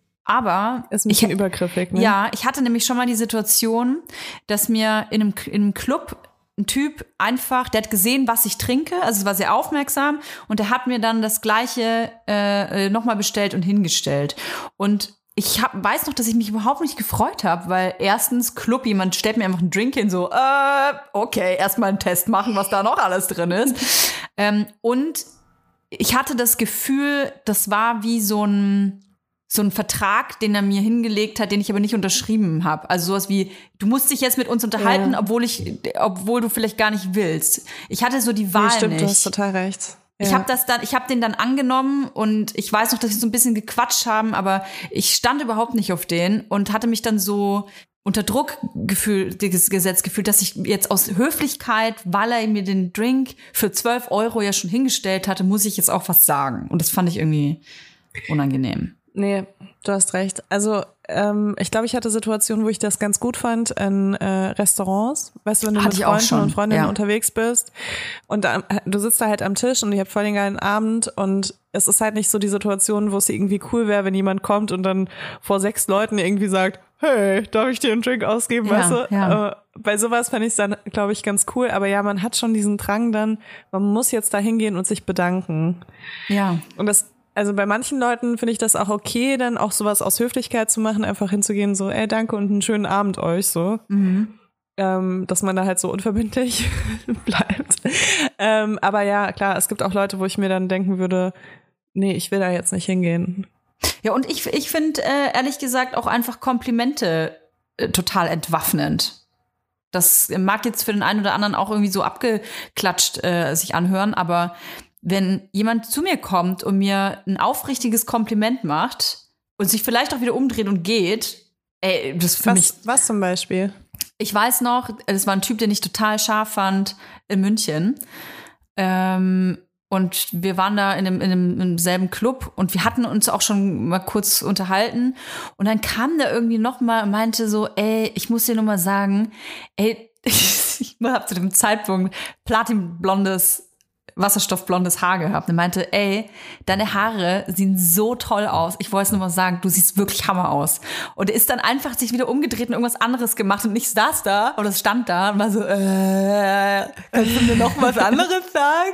Aber Ist ein bisschen ich, übergriffig, ne? ja, ich hatte nämlich schon mal die Situation, dass mir in einem, in einem Club ein Typ einfach, der hat gesehen, was ich trinke, also es war sehr aufmerksam und der hat mir dann das Gleiche äh, nochmal bestellt und hingestellt. Und ich hab, weiß noch, dass ich mich überhaupt nicht gefreut habe, weil erstens, Club, jemand stellt mir einfach einen Drink hin, so, äh, okay, erstmal einen Test machen, was da noch alles drin ist. ähm, und ich hatte das Gefühl, das war wie so ein, so ein Vertrag, den er mir hingelegt hat, den ich aber nicht unterschrieben habe. Also sowas wie, du musst dich jetzt mit uns unterhalten, Ja. obwohl ich, obwohl du vielleicht gar nicht willst. Ich hatte so die Wahl Nee, stimmt, nicht. du hast total recht. Ich Ja. habe das dann, ich habe den dann angenommen und ich weiß noch, dass wir so ein bisschen gequatscht haben, aber ich stand überhaupt nicht auf den und hatte mich dann so unter Druck gefühlt, gesetzt gefühlt, dass ich jetzt aus Höflichkeit, weil er mir den Drink für zwölf Euro ja schon hingestellt hatte, muss ich jetzt auch was sagen. Und das fand ich irgendwie unangenehm. Nee, du hast recht. Also ähm, ich glaube, ich hatte Situationen, wo ich das ganz gut fand in äh, Restaurants. Weißt du, wenn du Hatte mit ich auch Freunden schon, und Freundinnen ja. unterwegs bist und da, du sitzt da halt am Tisch und ihr habt voll den geilen Abend und es ist halt nicht so die Situation, wo es irgendwie cool wäre, wenn jemand kommt und dann vor sechs Leuten irgendwie sagt, hey, darf ich dir einen Drink ausgeben, Ja, weißt du? ja. Äh, bei sowas fände ich es dann, glaube ich, ganz cool. Aber ja, man hat schon diesen Drang dann, man muss jetzt da hingehen und sich bedanken. Ja. Und das, also bei manchen Leuten finde ich das auch okay, dann auch sowas aus Höflichkeit zu machen, einfach hinzugehen, so, ey, danke und einen schönen Abend euch, so. Mhm. Ähm, dass man da halt so unverbindlich bleibt. Ähm, aber ja, klar, es gibt auch Leute, wo ich mir dann denken würde, nee, ich will da jetzt nicht hingehen. Ja, und ich, ich finde, äh, ehrlich gesagt, auch einfach Komplimente äh, total entwaffnend. Das mag jetzt für den einen oder anderen auch irgendwie so abgeklatscht äh, sich anhören, aber wenn jemand zu mir kommt und mir ein aufrichtiges Kompliment macht und sich vielleicht auch wieder umdreht und geht, ey, das ist für mich. Was, was zum Beispiel? Ich weiß noch, das war ein Typ, den ich total scharf fand in München. Ähm, und wir waren da in einem, in einem, im selben Club und wir hatten uns auch schon mal kurz unterhalten. Und dann kam der irgendwie noch mal und meinte so, ey, ich muss dir nur mal sagen, ey, ich habe zu dem Zeitpunkt platinblondes, wasserstoffblondes Haar gehabt. Und er meinte, ey, deine Haare sehen so toll aus. Ich wollte es nur mal sagen, du siehst wirklich Hammer aus. Und er ist dann einfach sich wieder umgedreht und irgendwas anderes gemacht. Und ich saß da oder stand da und war so, äh, kannst du mir noch was anderes sagen?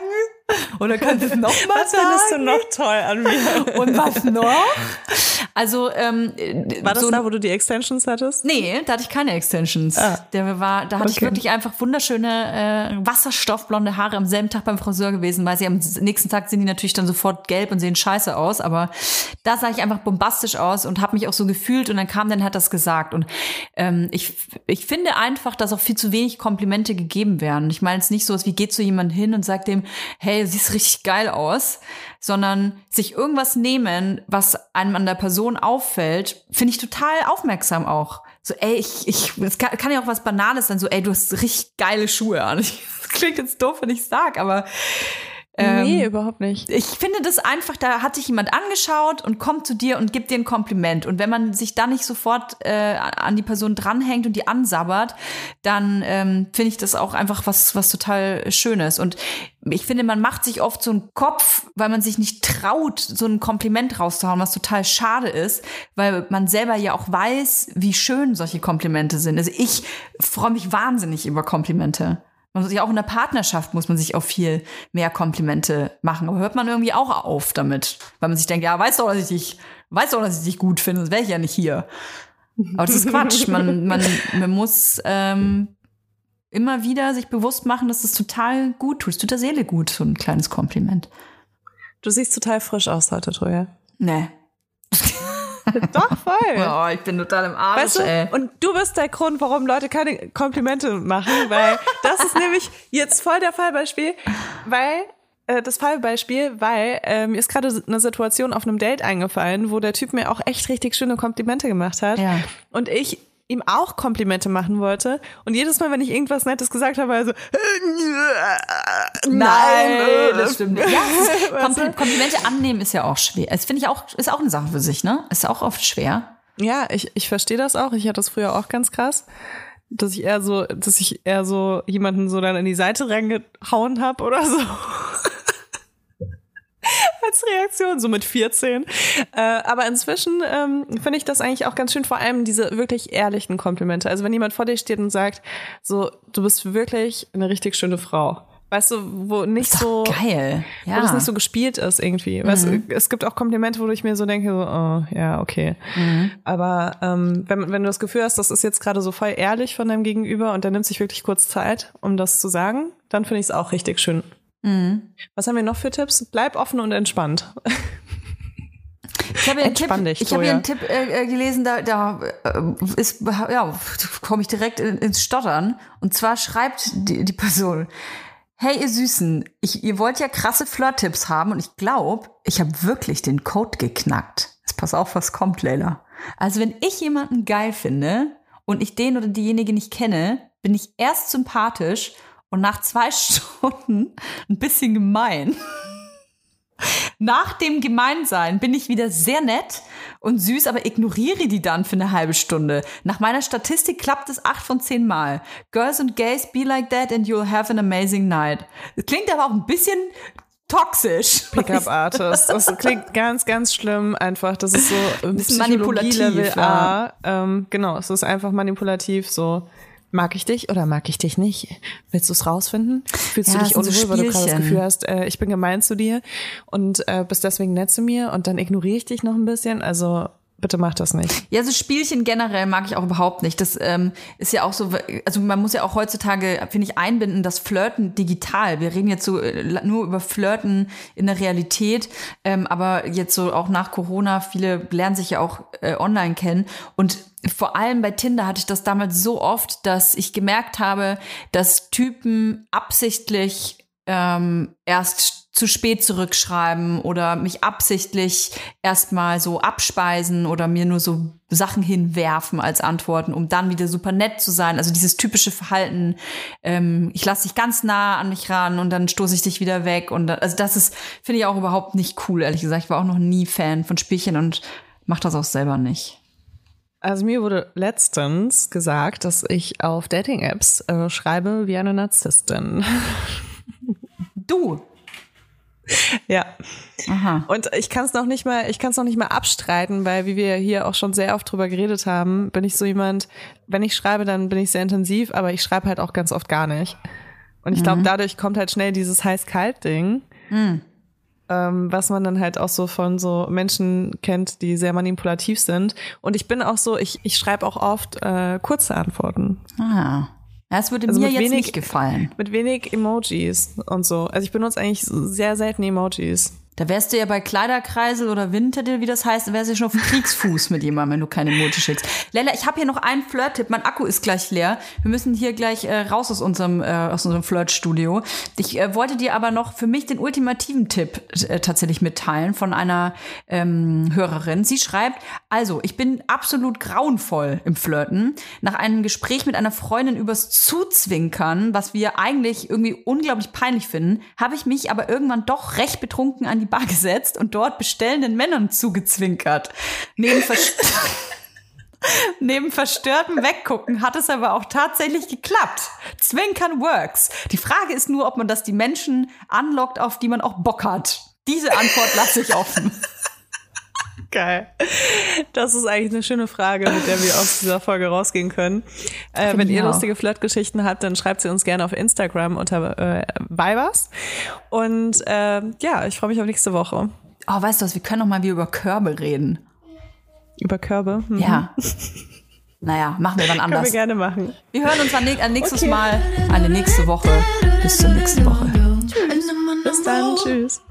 Oder kannst du es noch mal Was findest du noch toll an mir? Und was noch? Also, ähm, War das so da, wo du die Extensions hattest? Nee, da hatte ich keine Extensions. Ah. Der war, da hatte ich Okay. wirklich einfach wunderschöne äh, wasserstoffblonde Haare am selben Tag beim Friseur gewesen, weil sie am nächsten Tag sind die natürlich dann sofort gelb und sehen scheiße aus, aber da sah ich einfach bombastisch aus und habe mich auch so gefühlt und dann kam dann hat das gesagt und ähm, ich ich finde einfach, dass auch viel zu wenig Komplimente gegeben werden. Ich meine jetzt nicht so, wie geht so jemand hin und sagt dem, hey, du siehst richtig geil aus, sondern sich irgendwas nehmen, was einem an der Person auffällt, finde ich total aufmerksam auch. So, ey, ich, ich, es kann, kann ja auch was Banales sein, so, ey, du hast richtig geile Schuhe an. Das klingt jetzt doof, wenn ich sag, aber ähm, Nee, überhaupt nicht. ich finde das einfach, da hat sich jemand angeschaut und kommt zu dir und gibt dir ein Kompliment. Und wenn man sich da nicht sofort äh, an die Person dranhängt und die ansabbert, dann ähm, finde ich das auch einfach was, was total Schönes. Und ich finde, man macht sich oft so einen Kopf, weil man sich nicht traut, so ein Kompliment rauszuhauen, was total schade ist, weil man selber ja auch weiß, wie schön solche Komplimente sind. Also ich freue mich wahnsinnig über Komplimente. Man muss sich auch in der Partnerschaft muss man sich auch viel mehr Komplimente machen. Aber hört man irgendwie auch auf damit, weil man sich denkt, ja, weißt du, dass ich dich, weißt du, dass ich dich gut finde, sonst wäre ich ja nicht hier. Aber das ist Quatsch. Man, man, man muss ähm, immer wieder sich bewusst machen, dass es total gut tut. Es tut der Seele gut, so ein kleines Kompliment. Du siehst total frisch aus heute, Troja. Nee. Doch, voll. Oh, ich bin total im Arsch, Weißt du, ey. und du bist der Grund, warum Leute keine Komplimente machen, weil das ist nämlich jetzt voll der Fallbeispiel, weil äh, das Fallbeispiel, weil äh, mir ist gerade eine Situation auf einem Date eingefallen, wo der Typ mir auch echt richtig schöne Komplimente gemacht hat Ja. und ich ihm auch Komplimente machen wollte und jedes Mal, wenn ich irgendwas Nettes gesagt habe, war er so Nein, äh, das stimmt nicht. Ja, es ist, Weißt du? Kompl- Komplimente annehmen ist ja auch schwer. Das finde ich auch, ist auch eine Sache für sich, ne? Ist auch oft schwer. Ja, ich, ich verstehe das auch. Ich hatte das früher auch ganz krass, dass ich eher so, dass ich eher so jemanden so dann in die Seite reingehauen habe oder so. Als Reaktion, so mit vierzehn. Äh, aber inzwischen ähm, finde ich das eigentlich auch ganz schön, vor allem diese wirklich ehrlichen Komplimente. Also wenn jemand vor dir steht und sagt, so, du bist wirklich eine richtig schöne Frau. Weißt du, wo nicht Ist doch so geil. Ja. wo das nicht so gespielt ist irgendwie. Mhm. Weißt du, es gibt auch Komplimente, wo ich mir so denke, so, oh, ja, okay. Mhm. Aber ähm, wenn, wenn du das Gefühl hast, das ist jetzt gerade so voll ehrlich von deinem Gegenüber und der nimmt sich wirklich kurz Zeit, um das zu sagen, dann finde ich es auch richtig schön. Mhm. Was haben wir noch für Tipps? Bleib offen und entspannt. Ich habe ja einen Tipp, Entspann dich, ich habe ja Julia. einen Tipp äh, gelesen, da, da äh, ist, ja, komme ich direkt in, ins Stottern. Und zwar schreibt die, die Person: Hey, ihr Süßen, ich, ihr wollt ja krasse Flirt-Tipps haben und ich glaube, ich habe wirklich den Code geknackt. Jetzt pass auf, was kommt, Leila. Also wenn ich jemanden geil finde und ich den oder diejenige nicht kenne, bin ich erst sympathisch und nach zwei Stunden ein bisschen gemein. Nach dem Gemeinsein bin ich wieder sehr nett und süß, aber ignoriere die dann für eine halbe Stunde. Nach meiner Statistik klappt es acht von zehn Mal. Girls and gays, be like that and you'll have an amazing night. Das klingt aber auch ein bisschen toxisch. Pickup-Artist. Das klingt ganz, ganz schlimm einfach. Das ist so Bisschen Psychologie-Level manipulativ, A. Ähm, genau, es ist einfach manipulativ so. Mag ich dich oder mag ich dich nicht? Willst du es rausfinden? Fühlst Ja, du dich das sind so unwohl, weil du gerade das Spielchen. Gefühl hast, äh, ich bin gemein zu dir und äh, bist deswegen nett zu mir und dann ignoriere ich dich noch ein bisschen? Also bitte mach das nicht. Ja, so Spielchen generell mag ich auch überhaupt nicht. Das ähm, ist ja auch so, also man muss ja auch heutzutage, finde ich, einbinden, das Flirten digital. Wir reden jetzt so äh, nur über Flirten in der Realität, ähm, aber jetzt so auch nach Corona, viele lernen sich ja auch äh, online kennen und vor allem bei Tinder hatte ich das damals so oft, dass ich gemerkt habe, dass Typen absichtlich ähm, erst zu spät zurückschreiben oder mich absichtlich erstmal so abspeisen oder mir nur so Sachen hinwerfen als Antworten, um dann wieder super nett zu sein. Also dieses typische Verhalten, ähm, ich lasse dich ganz nah an mich ran und dann stoße ich dich wieder weg. Und dann, also das ist, finde ich auch überhaupt nicht cool, ehrlich gesagt. Ich war auch noch nie Fan von Spielchen und mache das auch selber nicht. Also mir wurde letztens gesagt, dass ich auf Dating-Apps äh, schreibe wie eine Narzisstin. Du? Ja. Aha. Und ich kann es noch nicht mal, ich kann es noch nicht mal abstreiten, weil wie wir hier auch schon sehr oft drüber geredet haben, bin ich so jemand, wenn ich schreibe, dann bin ich sehr intensiv, aber ich schreibe halt auch ganz oft gar nicht. Und ich glaube, dadurch kommt halt schnell dieses Heiß-Kalt-Ding. Mm. Ähm, was man dann halt auch so von so Menschen kennt, die sehr manipulativ sind. Und ich bin auch so, ich, ich schreibe auch oft äh, kurze Antworten. Ah. Das würde Also mir mit jetzt wenig- nicht gefallen. Mit wenig Emojis und so. Also ich benutze eigentlich sehr selten Emojis. Da wärst du ja bei Kleiderkreisel oder Winterdill, wie das heißt, wärst du ja schon auf Kriegsfuß mit jemandem, wenn du keine Emoji schickst. Lella, ich habe hier noch einen Flirt-Tipp. Mein Akku ist gleich leer. Wir müssen hier gleich äh, raus aus unserem, äh, aus unserem Flirt-Studio. Ich äh, wollte dir aber noch für mich den ultimativen Tipp äh, tatsächlich mitteilen von einer ähm, Hörerin. Sie schreibt, also, ich bin absolut grauenvoll im Flirten. Nach einem Gespräch mit einer Freundin übers Zuzwinkern, was wir eigentlich irgendwie unglaublich peinlich finden, habe ich mich aber irgendwann doch recht betrunken an die Bar gesetzt und dort bestellenden Männern zugezwinkert. Neben, Verst- Neben verstörtem Weggucken hat es aber auch tatsächlich geklappt. Zwinkern works. Die Frage ist nur, ob man das die Menschen anlockt, auf die man auch Bock hat. Diese Antwort lasse ich offen. Geil. Das ist eigentlich eine schöne Frage, mit der wir aus dieser Folge rausgehen können. Äh, wenn ihr auch. lustige Flirtgeschichten habt, dann schreibt sie uns gerne auf Instagram unter äh, Vibers. Und äh, ja, ich freue mich auf nächste Woche. Oh, weißt du was, wir können noch mal wieder über Körbe reden. Über Körbe. Mhm. Ja. Naja, machen wir dann Können wir anders. gerne machen. Wir hören uns dann ein nächstes Okay. Mal, eine nächste Woche. Bis zur nächsten Woche. Bis dann. Tschüss.